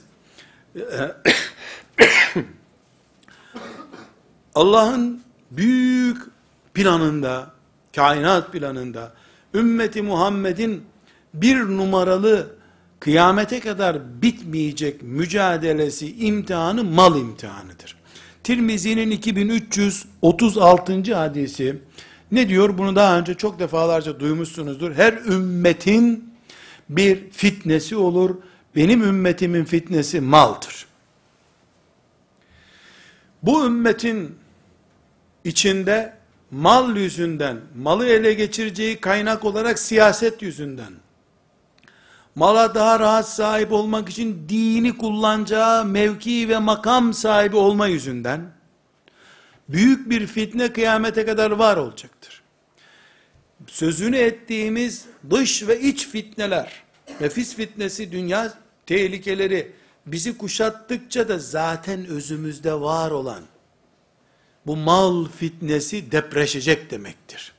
Allah'ın büyük planında, kainat planında ümmeti Muhammed'in bir numaralı kıyamete kadar bitmeyecek mücadelesi, imtihanı mal imtihanıdır. Tirmizi'nin iki bin üç yüz otuz altıncı hadisi ne diyor? Bunu daha önce çok defalarca duymuşsunuzdur. Her ümmetin bir fitnesi olur. Benim ümmetimin fitnesi maldır. Bu ümmetin içinde mal yüzünden, malı ele geçireceği kaynak olarak siyaset yüzünden, mala daha rahat sahip olmak için dini kullanacağı mevki ve makam sahibi olma yüzünden, büyük bir fitne kıyamete kadar var olacaktır. Sözünü ettiğimiz dış ve iç fitneler, nefis fitnesi, dünya tehlikeleri bizi kuşattıkça da zaten özümüzde var olan bu mal fitnesi depreşecek demektir.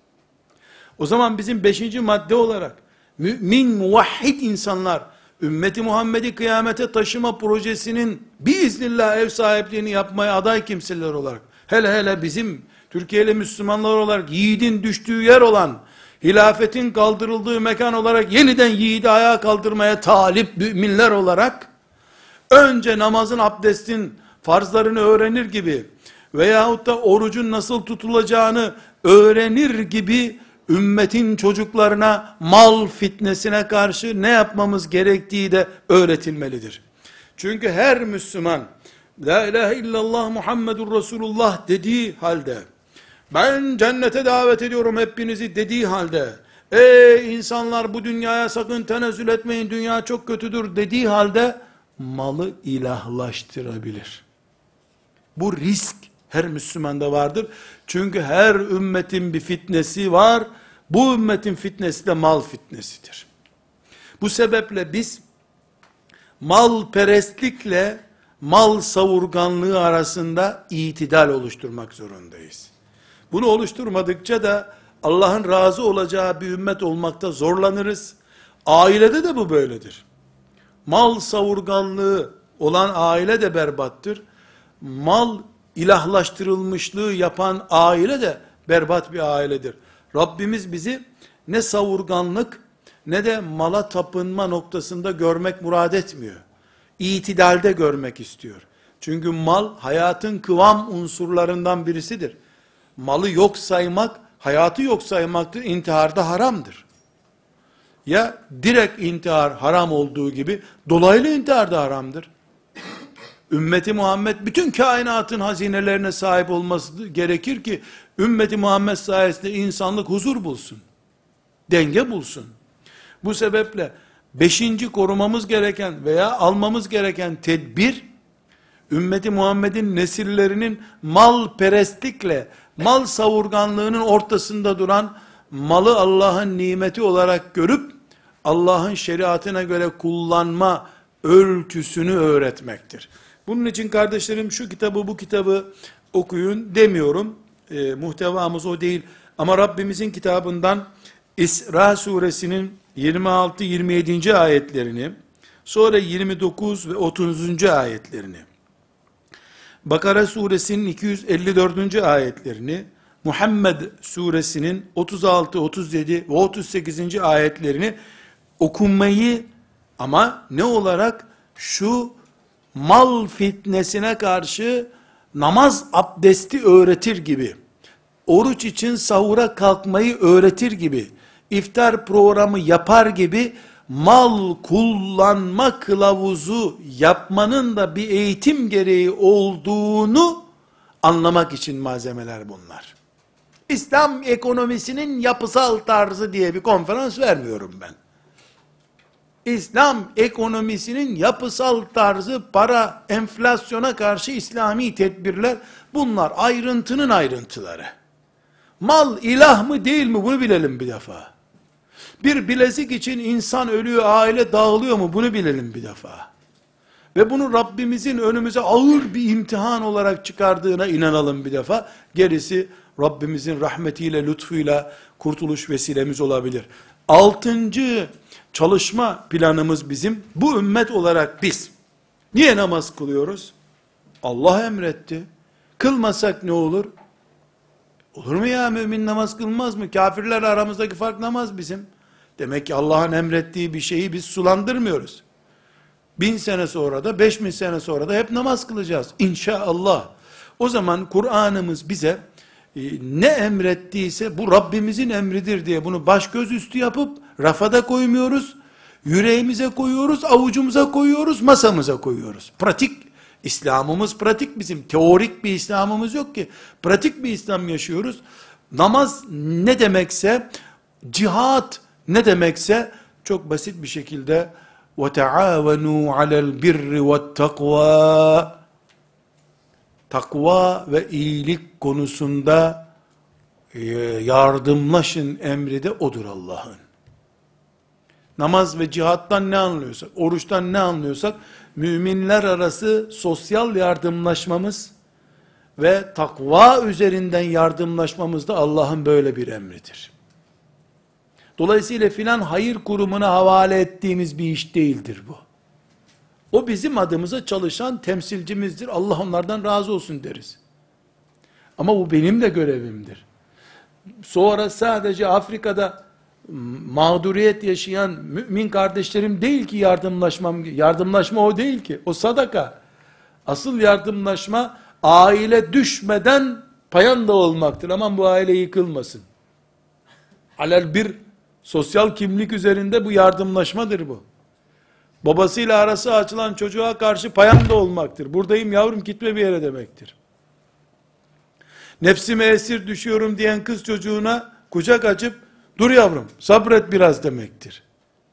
O zaman bizim beşinci madde olarak mümin, muvahhid insanlar, ümmeti Muhammed'i kıyamete taşıma projesinin biiznillah ev sahipliğini yapmaya aday kimseler olarak, hele hele bizim Türkiye'li Müslümanlar olarak yiğidin düştüğü yer olan, hilafetin kaldırıldığı mekan olarak yeniden yiğidi ayağa kaldırmaya talip müminler olarak, önce namazın, abdestin farzlarını öğrenir gibi veyahut da orucun nasıl tutulacağını öğrenir gibi ümmetin çocuklarına mal fitnesine karşı ne yapmamız gerektiği de öğretilmelidir. Çünkü her Müslüman La ilahe illallah Muhammedur Resulullah dediği halde, ben cennete davet ediyorum hepinizi dediği halde, ey insanlar bu dünyaya sakın tenezzül etmeyin, dünya çok kötüdür dediği halde, malı ilahlaştırabilir. Bu risk her Müslümanda vardır. Çünkü her ümmetin bir fitnesi var. Bu ümmetin fitnesi de mal fitnesidir. Bu sebeple biz malperestlikle mal savurganlığı arasında itidal oluşturmak zorundayız. Bunu oluşturmadıkça da Allah'ın razı olacağı bir ümmet olmakta zorlanırız. Ailede de bu böyledir. Mal savurganlığı olan aile de berbattır. Mal ilahlaştırılmışlığı yapan aile de berbat bir ailedir. Rabbimiz bizi ne savurganlık ne de mala tapınma noktasında görmek murad etmiyor. İtidalde görmek istiyor. Çünkü mal hayatın kıvam unsurlarından birisidir. Malı yok saymak, hayatı yok saymaktır. İntihar da haramdır. Ya direkt intihar haram olduğu gibi dolaylı intihar da haramdır. Ümmeti Muhammed bütün kainatın hazinelerine sahip olması gerekir ki ümmeti Muhammed sayesinde insanlık huzur bulsun. Denge bulsun. Bu sebeple beşinci korumamız gereken veya almamız gereken tedbir, ümmeti Muhammed'in nesillerinin malperestlikle, mal savurganlığının ortasında duran, malı Allah'ın nimeti olarak görüp, Allah'ın şeriatına göre kullanma ölçüsünü öğretmektir. Bunun için kardeşlerim şu kitabı bu kitabı okuyun demiyorum. E, muhtevamız o değil. Ama Rabbimizin kitabından İsra suresinin yirmi altı yirmi yedi. ayetlerini, sonra yirmi dokuz ve otuzuncu ayetlerini, Bakara suresinin iki yüz elli dördüncü ayetlerini, Muhammed suresinin otuz altı, otuz yedi ve otuz sekizinci ayetlerini okunmayı, ama ne olarak? Şu mal fitnesine karşı namaz abdesti öğretir gibi, oruç için sahura kalkmayı öğretir gibi, iftar programı yapar gibi, mal kullanma kılavuzu yapmanın da bir eğitim gereği olduğunu anlamak için malzemeler bunlar. İslam ekonomisinin yapısal tarzı diye bir konferans vermiyorum ben. İslam ekonomisinin yapısal tarzı, para, enflasyona karşı İslami tedbirler, bunlar ayrıntının ayrıntıları. Mal ilah mı değil mi bunu bilelim bir defa. Bir bilezik için insan ölüyor, aile dağılıyor mu bunu bilelim bir defa. Ve bunu Rabbimizin önümüze ağır bir imtihan olarak çıkardığına inanalım bir defa. Gerisi Rabbimizin rahmetiyle, lütfuyla kurtuluş vesilemiz olabilir. Altıncı çalışma planımız bizim, bu ümmet olarak biz, niye namaz kılıyoruz? Allah emretti. Kılmasak ne olur? Olur mu ya, mümin namaz kılmaz mı? Kafirlerle aramızdaki fark namaz bizim. Demek ki Allah'ın emrettiği bir şeyi biz sulandırmıyoruz. Bin sene sonra da, beş bin sene sonra da hep namaz kılacağız. İnşallah. O zaman Kur'an'ımız bize e, ne emrettiyse bu Rabbimizin emridir diye bunu baş göz üstü yapıp rafada koymuyoruz. Yüreğimize koyuyoruz, avucumuza koyuyoruz, masamıza koyuyoruz. Pratik İslam'ımız pratik bizim. Teorik bir İslam'ımız yok ki. Pratik bir İslam yaşıyoruz. Namaz ne demekse, cihat ne demekse çok basit bir şekilde وَتَعَاوَنُوا عَلَى الْبِرِّ وَالتَّقْوَى takva ve iyilik konusunda yardımlaşın emri de odur Allah'ın. Namaz ve cihattan ne anlıyorsak, oruçtan ne anlıyorsak, müminler arası sosyal yardımlaşmamız ve takva üzerinden yardımlaşmamız da Allah'ın böyle bir emridir. Dolayısıyla filan hayır kurumuna havale ettiğimiz bir iş değildir bu. O bizim adımıza çalışan temsilcimizdir. Allah onlardan razı olsun deriz. Ama bu benim de görevimdir. Sonra sadece Afrika'da mağduriyet yaşayan mümin kardeşlerim değil ki yardımlaşmam, yardımlaşma o değil ki, o sadaka. Asıl yardımlaşma aile düşmeden payanda olmaktır. Aman bu aile yıkılmasın. Alel bir sosyal kimlik üzerinde bu yardımlaşmadır bu. Babasıyla arası açılan çocuğa karşı payanda olmaktır. Buradayım yavrum gitme bir yere demektir. Nefsime esir düşüyorum diyen kız çocuğuna kucak açıp dur yavrum sabret biraz demektir.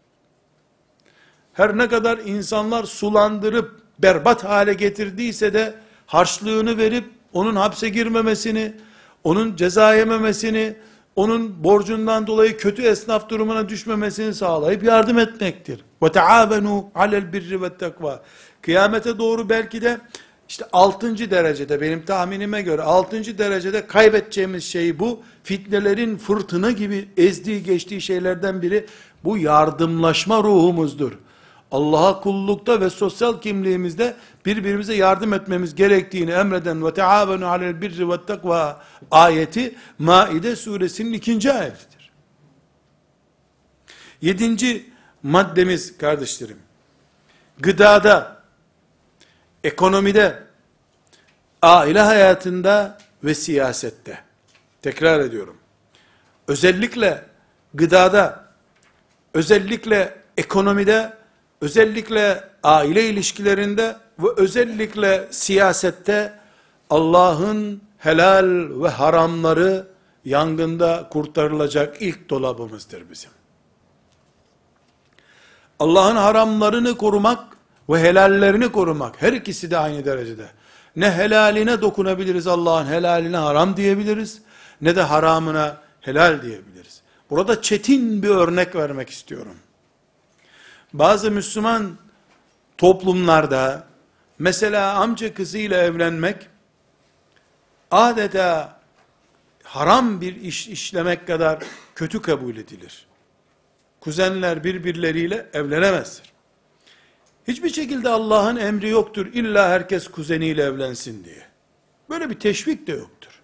Her ne kadar insanlar sulandırıp berbat hale getirdiyse de harçlığını verip onun hapse girmemesini, onun ceza yememesini, onun borcundan dolayı kötü esnaf durumuna düşmemesini sağlayıp yardım etmektir. وَتَعَاوَنُوا عَلَى الْبِرِّ وَالتَّقْوَى Kıyamete doğru belki de işte altıncı derecede, benim tahminime göre altıncı derecede kaybedeceğimiz şey bu. Fitnelerin fırtına gibi ezdiği geçtiği şeylerden biri bu yardımlaşma ruhumuzdur. Allah'a kullukta ve sosyal kimliğimizde birbirimize yardım etmemiz gerektiğini emreden ve teavenu alel birri ve takva ayeti Maide suresinin ikinci ayetidir. Yedinci maddemiz kardeşlerim, gıdada, ekonomide, aile hayatında ve siyasette. Tekrar ediyorum. Özellikle gıdada, özellikle ekonomide, özellikle aile ilişkilerinde ve özellikle siyasette Allah'ın helal ve haramları yangında kurtarılacak ilk dolabımızdır bizim. Allah'ın haramlarını korumak ve helallerini korumak her ikisi de aynı derecede. Ne helaline dokunabiliriz, Allah'ın helaline haram diyebiliriz, ne de haramına helal diyebiliriz. Burada çetin bir örnek vermek istiyorum. Bazı Müslüman toplumlarda mesela amca kızıyla evlenmek adeta haram bir iş işlemek kadar kötü kabul edilir. Kuzenler birbirleriyle evlenemezler. Hiçbir şekilde Allah'ın emri yoktur. İlla herkes kuzeniyle evlensin diye. Böyle bir teşvik de yoktur.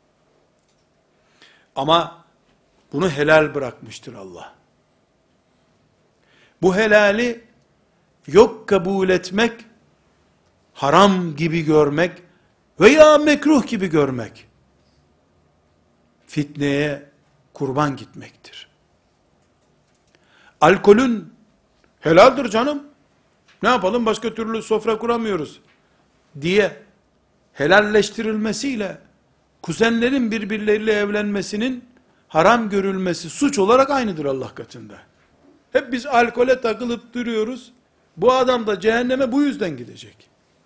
Ama bunu helal bırakmıştır Allah. Bu helali yok kabul etmek, haram gibi görmek veya mekruh gibi görmek, fitneye kurban gitmektir. Alkolün helaldir canım, ne yapalım başka türlü sofra kuramıyoruz diye helalleştirilmesiyle kuzenlerin birbirleriyle evlenmesinin haram görülmesi suç olarak aynıdır Allah katında. Hep biz alkole takılıp duruyoruz. Bu adam da cehenneme bu yüzden gidecek.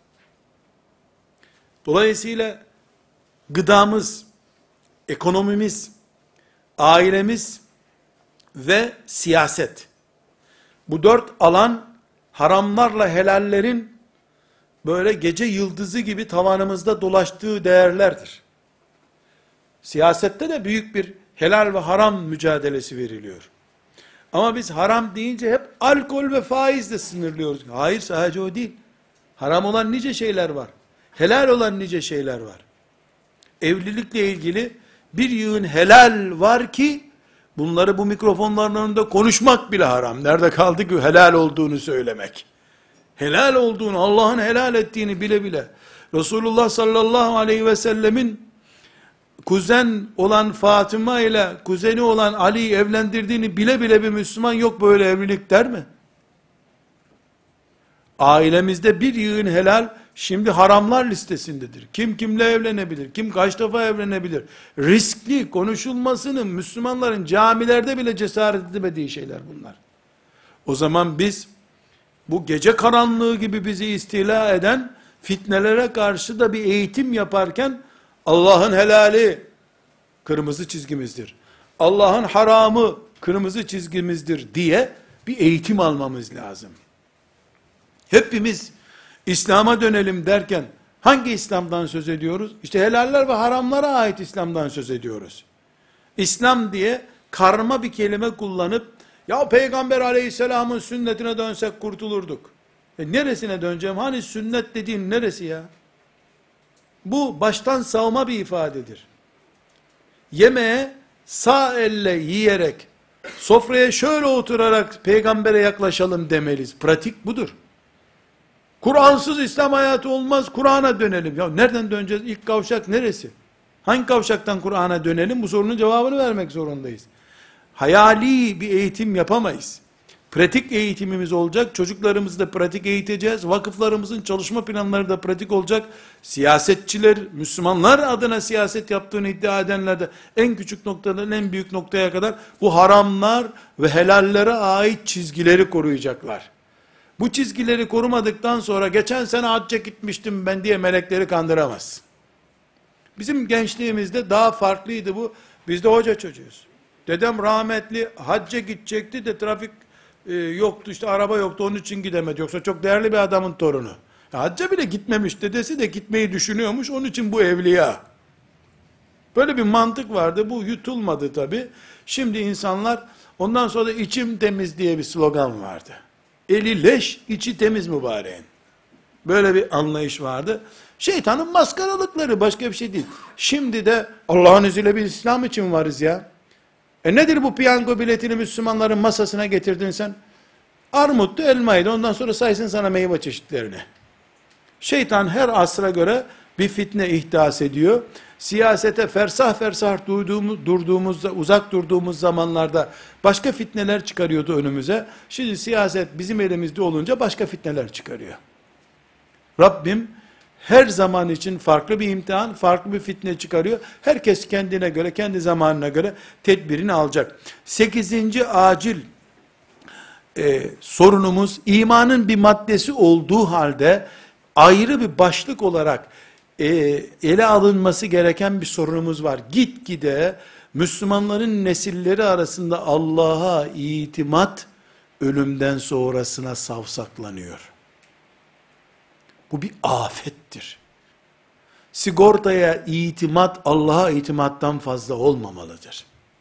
Dolayısıyla gıdamız, ekonomimiz, ailemiz ve siyaset. Bu dört alan haramlarla helallerin böyle gece yıldızı gibi tavanımızda dolaştığı değerlerdir. Siyasette de büyük bir helal ve haram mücadelesi veriliyor. Ama biz haram deyince hep alkol ve faizle sınırlıyoruz. Hayır, sadece o değil. Haram olan nice şeyler var. Helal olan nice şeyler var. Evlilikle ilgili bir yığın helal var ki bunları bu mikrofonların önünde konuşmak bile haram. Nerede kaldı ki helal olduğunu söylemek? Helal olduğunu, Allah'ın helal ettiğini bile bile Resulullah sallallahu aleyhi ve sellemin kuzen olan Fatıma ile kuzeni olan Ali'yi evlendirdiğini bile bile bir Müslüman yok böyle evlilik der mi? Ailemizde bir yığın helal şimdi haramlar listesindedir. Kim kimle evlenebilir? Kim kaç defa evlenebilir? Riskli, konuşulmasını Müslümanların camilerde bile cesaret edemediği şeyler bunlar. O zaman biz bu gece karanlığı gibi bizi istila eden fitnelere karşı da bir eğitim yaparken Allah'ın helali kırmızı çizgimizdir. Allah'ın haramı kırmızı çizgimizdir diye bir eğitim almamız lazım. Hepimiz İslam'a dönelim derken hangi İslam'dan söz ediyoruz? İşte helaller ve haramlara ait İslam'dan söz ediyoruz. İslam diye karma bir kelime kullanıp ya Peygamber aleyhisselamın sünnetine dönsek kurtulurduk. E neresine döneceğim? Hani sünnet dediğin neresi ya? Bu baştan savma bir ifadedir. Yemeğe sağ elle yiyerek, sofraya şöyle oturarak peygambere yaklaşalım demeliyiz. Pratik budur. Kur'ansız İslam hayatı olmaz, Kur'an'a dönelim. Ya nereden döneceğiz? İlk kavşak neresi? Hangi kavşaktan Kur'an'a dönelim? Bu sorunun cevabını vermek zorundayız. Hayali bir eğitim yapamayız. Pratik eğitimimiz olacak. Çocuklarımızı da pratik eğiteceğiz. Vakıflarımızın çalışma planları da pratik olacak. Siyasetçiler, Müslümanlar adına siyaset yaptığını iddia edenler de en küçük noktadan en büyük noktaya kadar bu haramlar ve helallere ait çizgileri koruyacaklar. Bu çizgileri korumadıktan sonra geçen sene hacca gitmiştim ben diye melekleri kandıramaz. Bizim gençliğimizde daha farklıydı bu. Biz de hoca çocuğuz. Dedem rahmetli hacca gidecekti de trafik e, yoktu, işte araba yoktu, onun için gidemedi. Yoksa çok değerli bir adamın torunu. Ya hacca bile gitmemiş, dedesi de gitmeyi düşünüyormuş, onun için bu evliya. Böyle bir mantık vardı, bu yutulmadı tabi. Şimdi insanlar, ondan sonra da içim temiz diye bir slogan vardı. Eli leş, içi temiz mübareğin. Böyle bir anlayış vardı. Şeytanın maskaralıkları, başka bir şey değil. Şimdi de Allah'ın izniyle bir İslam için varız ya. E nedir bu piyango biletini Müslümanların masasına getirdin sen? Armuttu, elmaydı, ondan sonra saysın sana meyve çeşitlerini. Şeytan her asra göre bir fitne ihdas ediyor. Siyasete fersah fersah durduğumuz, durduğumuzda, uzak durduğumuz zamanlarda başka fitneler çıkarıyordu önümüze. Şimdi siyaset bizim elimizde olunca başka fitneler çıkarıyor. Rabbim her zaman için farklı bir imtihan, farklı bir fitne çıkarıyor. Herkes kendine göre, kendi zamanına göre tedbirini alacak. Sekizinci acil e, sorunumuz, imanın bir maddesi olduğu halde ayrı bir başlık olarak e, ele alınması gereken bir sorunumuz var. Gitgide Müslümanların nesilleri arasında Allah'a itimat ölümden sonrasına savsaklanıyor. Bu bir afettir. Sigortaya itimat Allah'a itimattan fazla olmamalıdır.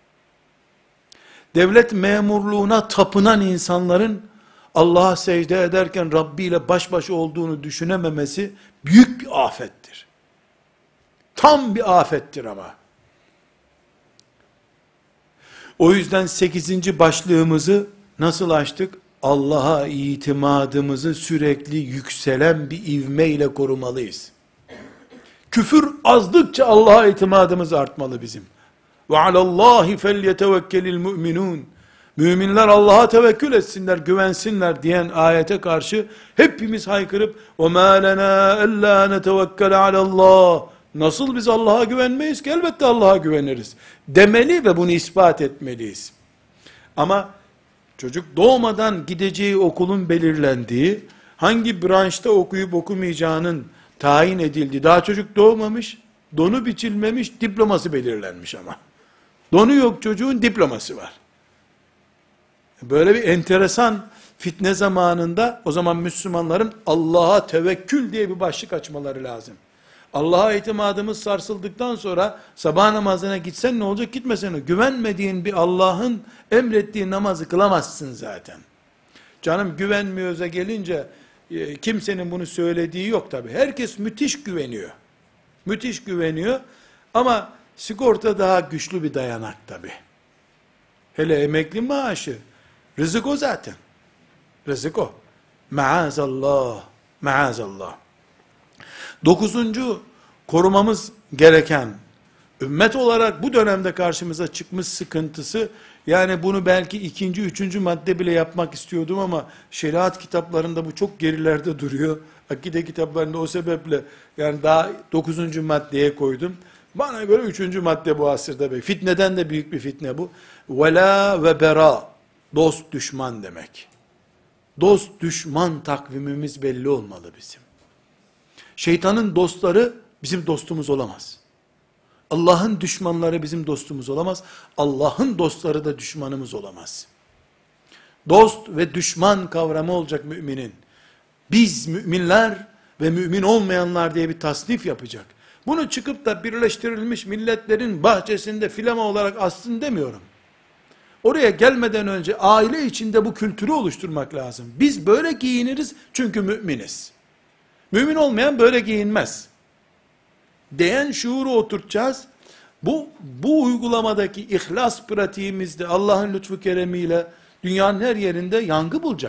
Devlet memurluğuna tapınan insanların Allah'a secde ederken Rabbi ile baş başa olduğunu düşünememesi büyük bir afettir. Tam bir afettir ama. O yüzden sekizinci başlığımızı nasıl açtık? Allah'a itimadımızı sürekli yükselen bir ivmeyle korumalıyız. Küfür azdıkça Allah'a itimadımız artmalı bizim. Ve alallahi felyetevekkelil mu'minun. Müminler Allah'a tevekkül etsinler, güvensinler diyen ayete karşı hepimiz haykırıp وَمَا لَنَا أَلَّا نَتَوَكَّلَ عَلَى اللّٰهِ Nasıl biz Allah'a güvenmeyiz ki? Elbette Allah'a güveniriz demeli ve bunu ispat etmeliyiz. Ama çocuk doğmadan gideceği okulun belirlendiği, hangi branşta okuyup okumayacağının tayin edildiği, daha çocuk doğmamış, donu biçilmemiş, diploması belirlenmiş ama. Donu yok çocuğun, diploması var. Böyle bir enteresan fitne zamanında, o zaman Müslümanların Allah'a tevekkül diye bir başlık açmaları lazım. Allah'a itimadımız sarsıldıktan sonra sabah namazına gitsen ne olacak, gitmesen ne? Güvenmediğin bir Allah'ın emrettiği namazı kılamazsın zaten. Canım güvenmiyorsa gelince e, kimsenin bunu söylediği yok tabi. Herkes müthiş güveniyor. Müthiş güveniyor ama sigorta daha güçlü bir dayanak tabi. Hele emekli maaşı, rızık o zaten. Rızık o. Maazallah, maazallah. Dokuzuncu, korumamız gereken, ümmet olarak bu dönemde karşımıza çıkmış sıkıntısı, yani bunu belki ikinci, üçüncü madde bile yapmak istiyordum ama şeriat kitaplarında bu çok gerilerde duruyor. Akide kitaplarında o sebeple yani daha dokuzuncu maddeye koydum. Bana göre üçüncü madde bu asırda bey. Fitneden de büyük bir fitne bu. Vela ve bera, dost düşman demek. Dost düşman takvimimiz belli olmalı bizim. Şeytanın dostları bizim dostumuz olamaz. Allah'ın düşmanları bizim dostumuz olamaz. Allah'ın dostları da düşmanımız olamaz. Dost ve düşman kavramı olacak müminin. Biz müminler ve mümin olmayanlar diye bir tasnif yapacak. Bunu çıkıp da Birleştirilmiş Milletler'in bahçesinde filama olarak assın demiyorum. Oraya gelmeden önce aile içinde bu kültürü oluşturmak lazım. Biz böyle giyiniriz çünkü müminiz. Mümin olmayan böyle giyinmez diyen şuuru oturtacağız. Bu, bu uygulamadaki ihlas pratiğimizde Allah'ın lütfu keremiyle dünyanın her yerinde yankı bulacak.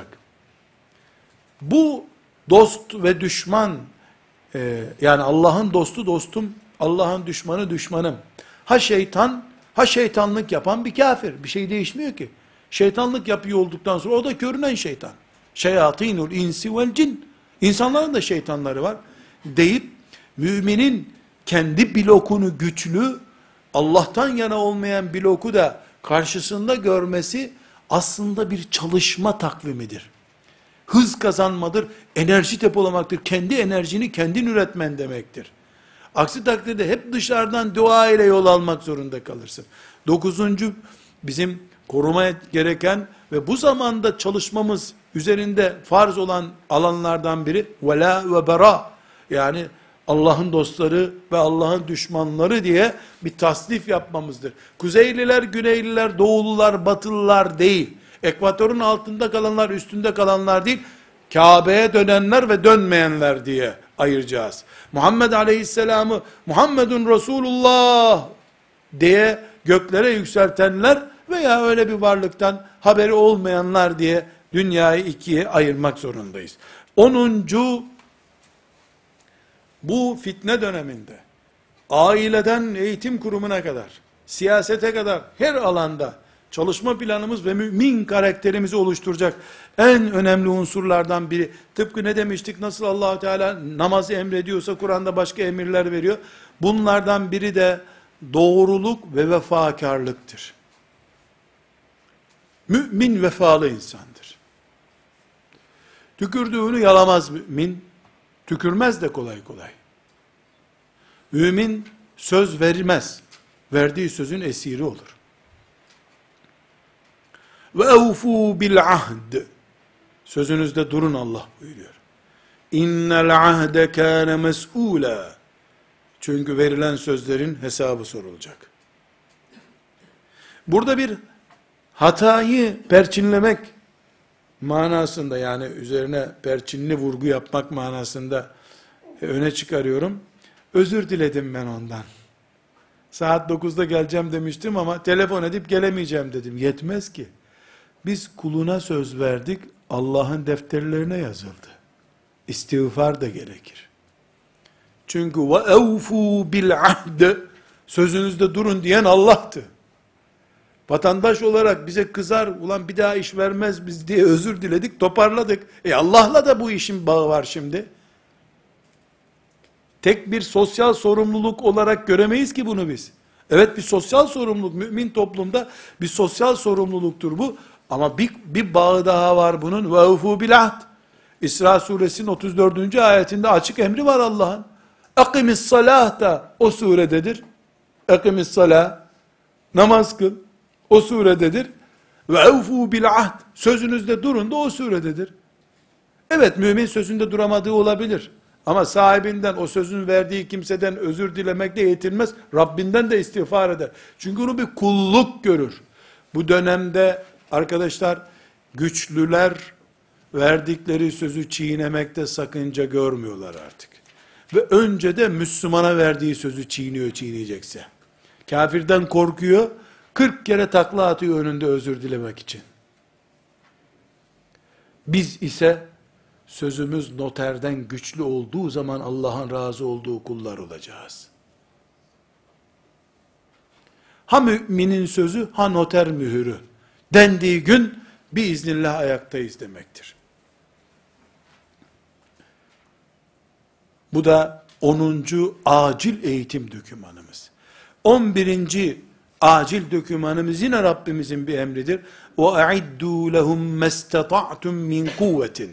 Bu dost ve düşman, e, yani Allah'ın dostu dostum, Allah'ın düşmanı düşmanım. Ha şeytan, ha şeytanlık yapan bir kafir. Bir şey değişmiyor ki. Şeytanlık yapıyor olduktan sonra o da görünen şeytan. Şeyatinul insi vel cin. İnsanların da şeytanları var. Deyip müminin kendi blokunu güçlü, Allah'tan yana olmayan bloku da karşısında görmesi aslında bir çalışma takvimidir. Hız kazanmadır, enerji depolamaktır. Kendi enerjini kendin üretmen demektir. Aksi takdirde hep dışarıdan dua ile yol almak zorunda kalırsın. Dokuzuncu bizim korumaya gereken ve bu zamanda çalışmamız üzerinde farz olan alanlardan biri vela ve bera, yani Allah'ın dostları ve Allah'ın düşmanları diye bir tasnif yapmamızdır. Kuzeyliler, güneyliler, doğulular, batılılar değil. Ekvatorun altında kalanlar, üstünde kalanlar değil. Kabe'ye dönenler ve dönmeyenler diye ayıracağız. Muhammed Aleyhisselam'ı Muhammedun Resulullah diye göklere yükseltenler veya öyle bir varlıktan haberi olmayanlar diye dünyayı ikiye ayırmak zorundayız. Onuncu, bu fitne döneminde aileden eğitim kurumuna kadar, siyasete kadar her alanda çalışma planımız ve mümin karakterimizi oluşturacak en önemli unsurlardan biri. Tıpkı ne demiştik, nasıl Allah Teala namazı emrediyorsa Kur'an'da başka emirler veriyor. Bunlardan biri de doğruluk ve vefakarlıktır. Mümin vefalı insandır. Tükürdüğünü yalamaz mümin, tükürmez de kolay kolay. Mümin söz vermez, verdiği sözün esiri olur. Ve evfû bil ahd, sözünüzde durun Allah buyuruyor. İnnel ahde kâne mes'ûlâ, çünkü verilen sözlerin hesabı sorulacak. Burada bir hatayı perçinlemek manasında, yani üzerine perçinli vurgu yapmak manasında öne çıkarıyorum. Özür diledim ben ondan. Saat dokuzda geleceğim demiştim ama telefon edip gelemeyeceğim dedim. Yetmez ki. Biz kuluna söz verdik, Allah'ın defterlerine yazıldı. İstiğfar da gerekir. Çünkü ve evfu bil ahd, sözünüzde durun diyen Allah'tı. Vatandaş olarak bize kızar, ulan bir daha iş vermez biz diye özür diledik, toparladık. E Allah'la da bu işin bağı var şimdi. Tek bir sosyal sorumluluk olarak göremeyiz ki bunu biz. Evet, bir sosyal sorumluluk, mümin toplumda bir sosyal sorumluluktur bu. Ama bir, bir bağı daha var bunun. Ve evfû bil ahd. İsra suresinin otuz dördüncü ayetinde açık emri var Allah'ın. Akimis salah da o surededir. Akimis salah, namaz kıl, o surededir. Ve evfû bil ahd, sözünüzde durun da o surededir. Evet, mümin sözünde duramadığı olabilir. Ama sahibinden, o sözün verdiği kimseden özür dilemekle yetinmez. Rabbinden de istiğfar eder. Çünkü onu bir kulluk görür. Bu dönemde arkadaşlar, güçlüler verdikleri sözü çiğnemekte sakınca görmüyorlar artık. Ve önce de Müslümana verdiği sözü çiğniyor, çiğneyecekse. Kafirden korkuyor, kırk kere takla atıyor önünde özür dilemek için. Biz ise sözümüz noterden güçlü olduğu zaman Allah'ın razı olduğu kullar olacağız. Ha müminin sözü, ha noter mühürü dendiği gün biiznillah ayaktayız demektir. Bu da onuncu acil eğitim dokümanımız. on birinci acil dokümanımız yine Rabbimizin bir emridir. وَاَعِدُّوا لَهُمْ مَسْتَطَعْتُمْ مِنْ قُوَّةٍ.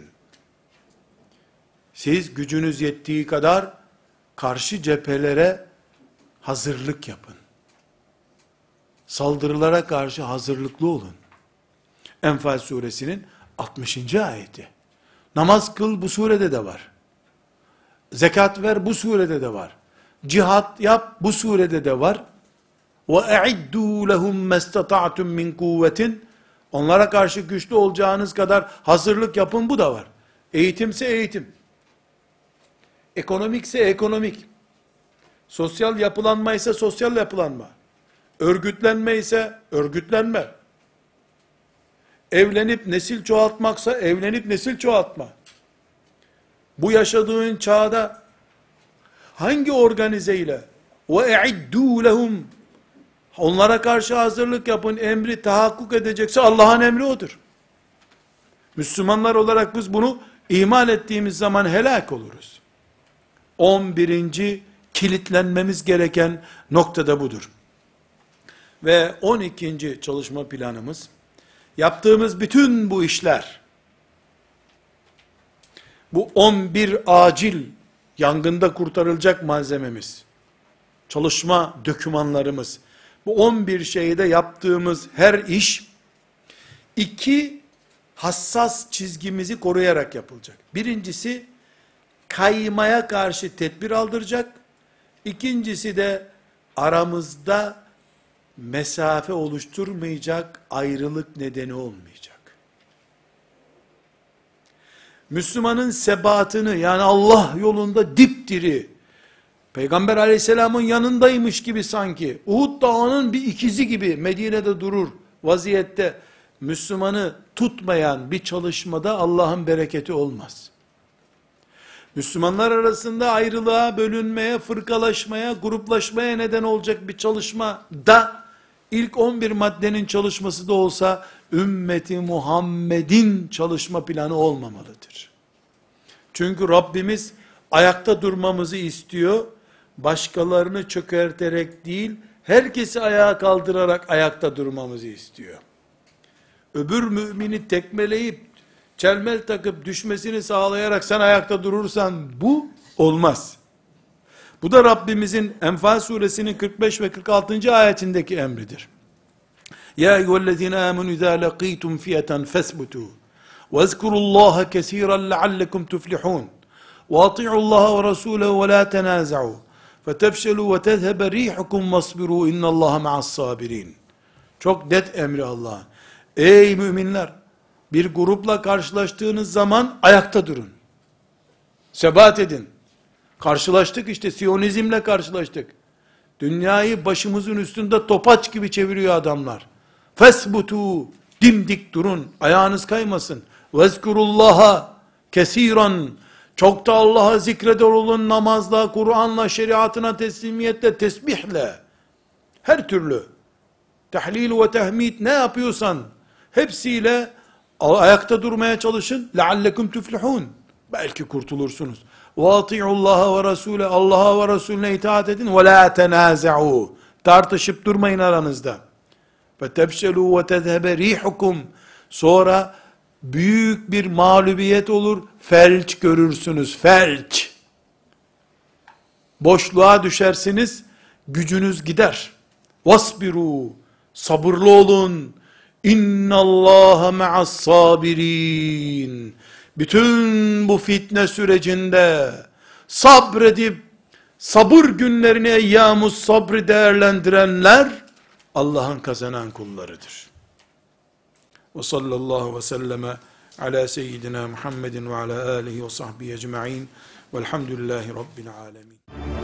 Siz gücünüz yettiği kadar karşı cephelere hazırlık yapın. Saldırılara karşı hazırlıklı olun. Enfal suresinin altmışıncı ayeti. Namaz kıl bu surede de var. Zekat ver bu surede de var. Cihat yap bu surede de var. وَاَعِدُّوا لَهُمْ مَسْتَطَعْتُمْ مِنْ قُوَّةٍ. Onlara karşı güçlü olacağınız kadar hazırlık yapın, bu da var. Eğitimse eğitim. Ekonomikse ekonomik. Sosyal yapılanma ise sosyal yapılanma. Örgütlenme ise örgütlenme. Evlenip nesil çoğaltmaksa evlenip nesil çoğaltma. Bu yaşadığın çağda hangi organizeyle وَاَعِدُّوا لَهُمْ onlara karşı hazırlık yapın emri tahakkuk edecekse Allah'ın emri odur. Müslümanlar olarak biz bunu ihmal ettiğimiz zaman helak oluruz. on birinci kilitlenmemiz gereken noktada budur. Ve on ikinci çalışma planımız, yaptığımız bütün bu işler, bu on bir acil yangında kurtarılacak malzememiz, çalışma dokümanlarımız, bu on bir şeyde yaptığımız her iş, iki hassas çizgimizi koruyarak yapılacak. Birincisi, kaymaya karşı tedbir aldıracak. İkincisi de aramızda mesafe oluşturmayacak, ayrılık nedeni olmayacak. Müslümanın sebatını, yani Allah yolunda dipdiri, Peygamber aleyhisselamın yanındaymış gibi sanki, Uhud dağının bir ikizi gibi Medine'de durur vaziyette, Müslümanı tutmayan bir çalışmada Allah'ın bereketi olmaz. Müslümanlar arasında ayrılığa, bölünmeye, fırkalaşmaya, gruplaşmaya neden olacak bir çalışma da, ilk on bir maddenin çalışması da olsa, ümmeti Muhammed'in çalışma planı olmamalıdır. Çünkü Rabbimiz ayakta durmamızı istiyor, başkalarını çökerterek değil, herkesi ayağa kaldırarak ayakta durmamızı istiyor. Öbür mümini tekmeleyip, çelmel takıp düşmesini sağlayarak sen ayakta durursan, bu olmaz. Bu da Rabbimizin Enfal suresinin kırk beş ve kırk altıncı ayetindeki emridir. Ya eyyühellezine amenu izâ lekîtum fiyeten fesbutû ve ezkurullâhe kesîran leallekum tuflihûn ve ati'ullâhe ve rasûlehu ve lâ tenâza'û fetefşelû ve tezhebe rîhukum vasbirû innallâhe ma'as-sâbirîn. Çok net emri Allah. Ey müminler! Bir grupla karşılaştığınız zaman ayakta durun. Sebat edin. Karşılaştık işte, Siyonizmle karşılaştık. Dünyayı başımızın üstünde topaç gibi çeviriyor adamlar. Fesbutu, dimdik durun, ayağınız kaymasın. Vezkurullaha kesiran, çok da Allah'a zikreder olun, namazla, Kur'an'la, şeriatına teslimiyetle, tesbihle, her türlü tahlil ve tehmid ne yapıyorsan hepsiyle ayakta durmaya çalışın. لَعَلَّكُمْ تُفْلِحُونَ. Belki kurtulursunuz. وَاطِعُوا اللّٰهَ وَرَسُولَهُ. Allah'a ve Resulüne itaat edin. وَلَا تَنَازَعُوا. Tartışıp durmayın aranızda. فَتَفْشَلُوا وَتَذْهَبَ رِيحُكُمْ. Sonra büyük bir mağlubiyet olur. Felç görürsünüz. Felç. Boşluğa düşersiniz. Gücünüz gider. وَاسْبِرُوا. Sabırlı olun. İnna Allaha ma'as sabirin. Bütün bu fitne sürecinde sabredip sabır günlerini, eyyamus sabrı değerlendirenler Allah'ın kazanan kullarıdır. Ve sallallahu ve selleme ala seyyidina Muhammedin ve ala alihi ve sahbihi ecma'in velhamdülillahi rabbil alemin.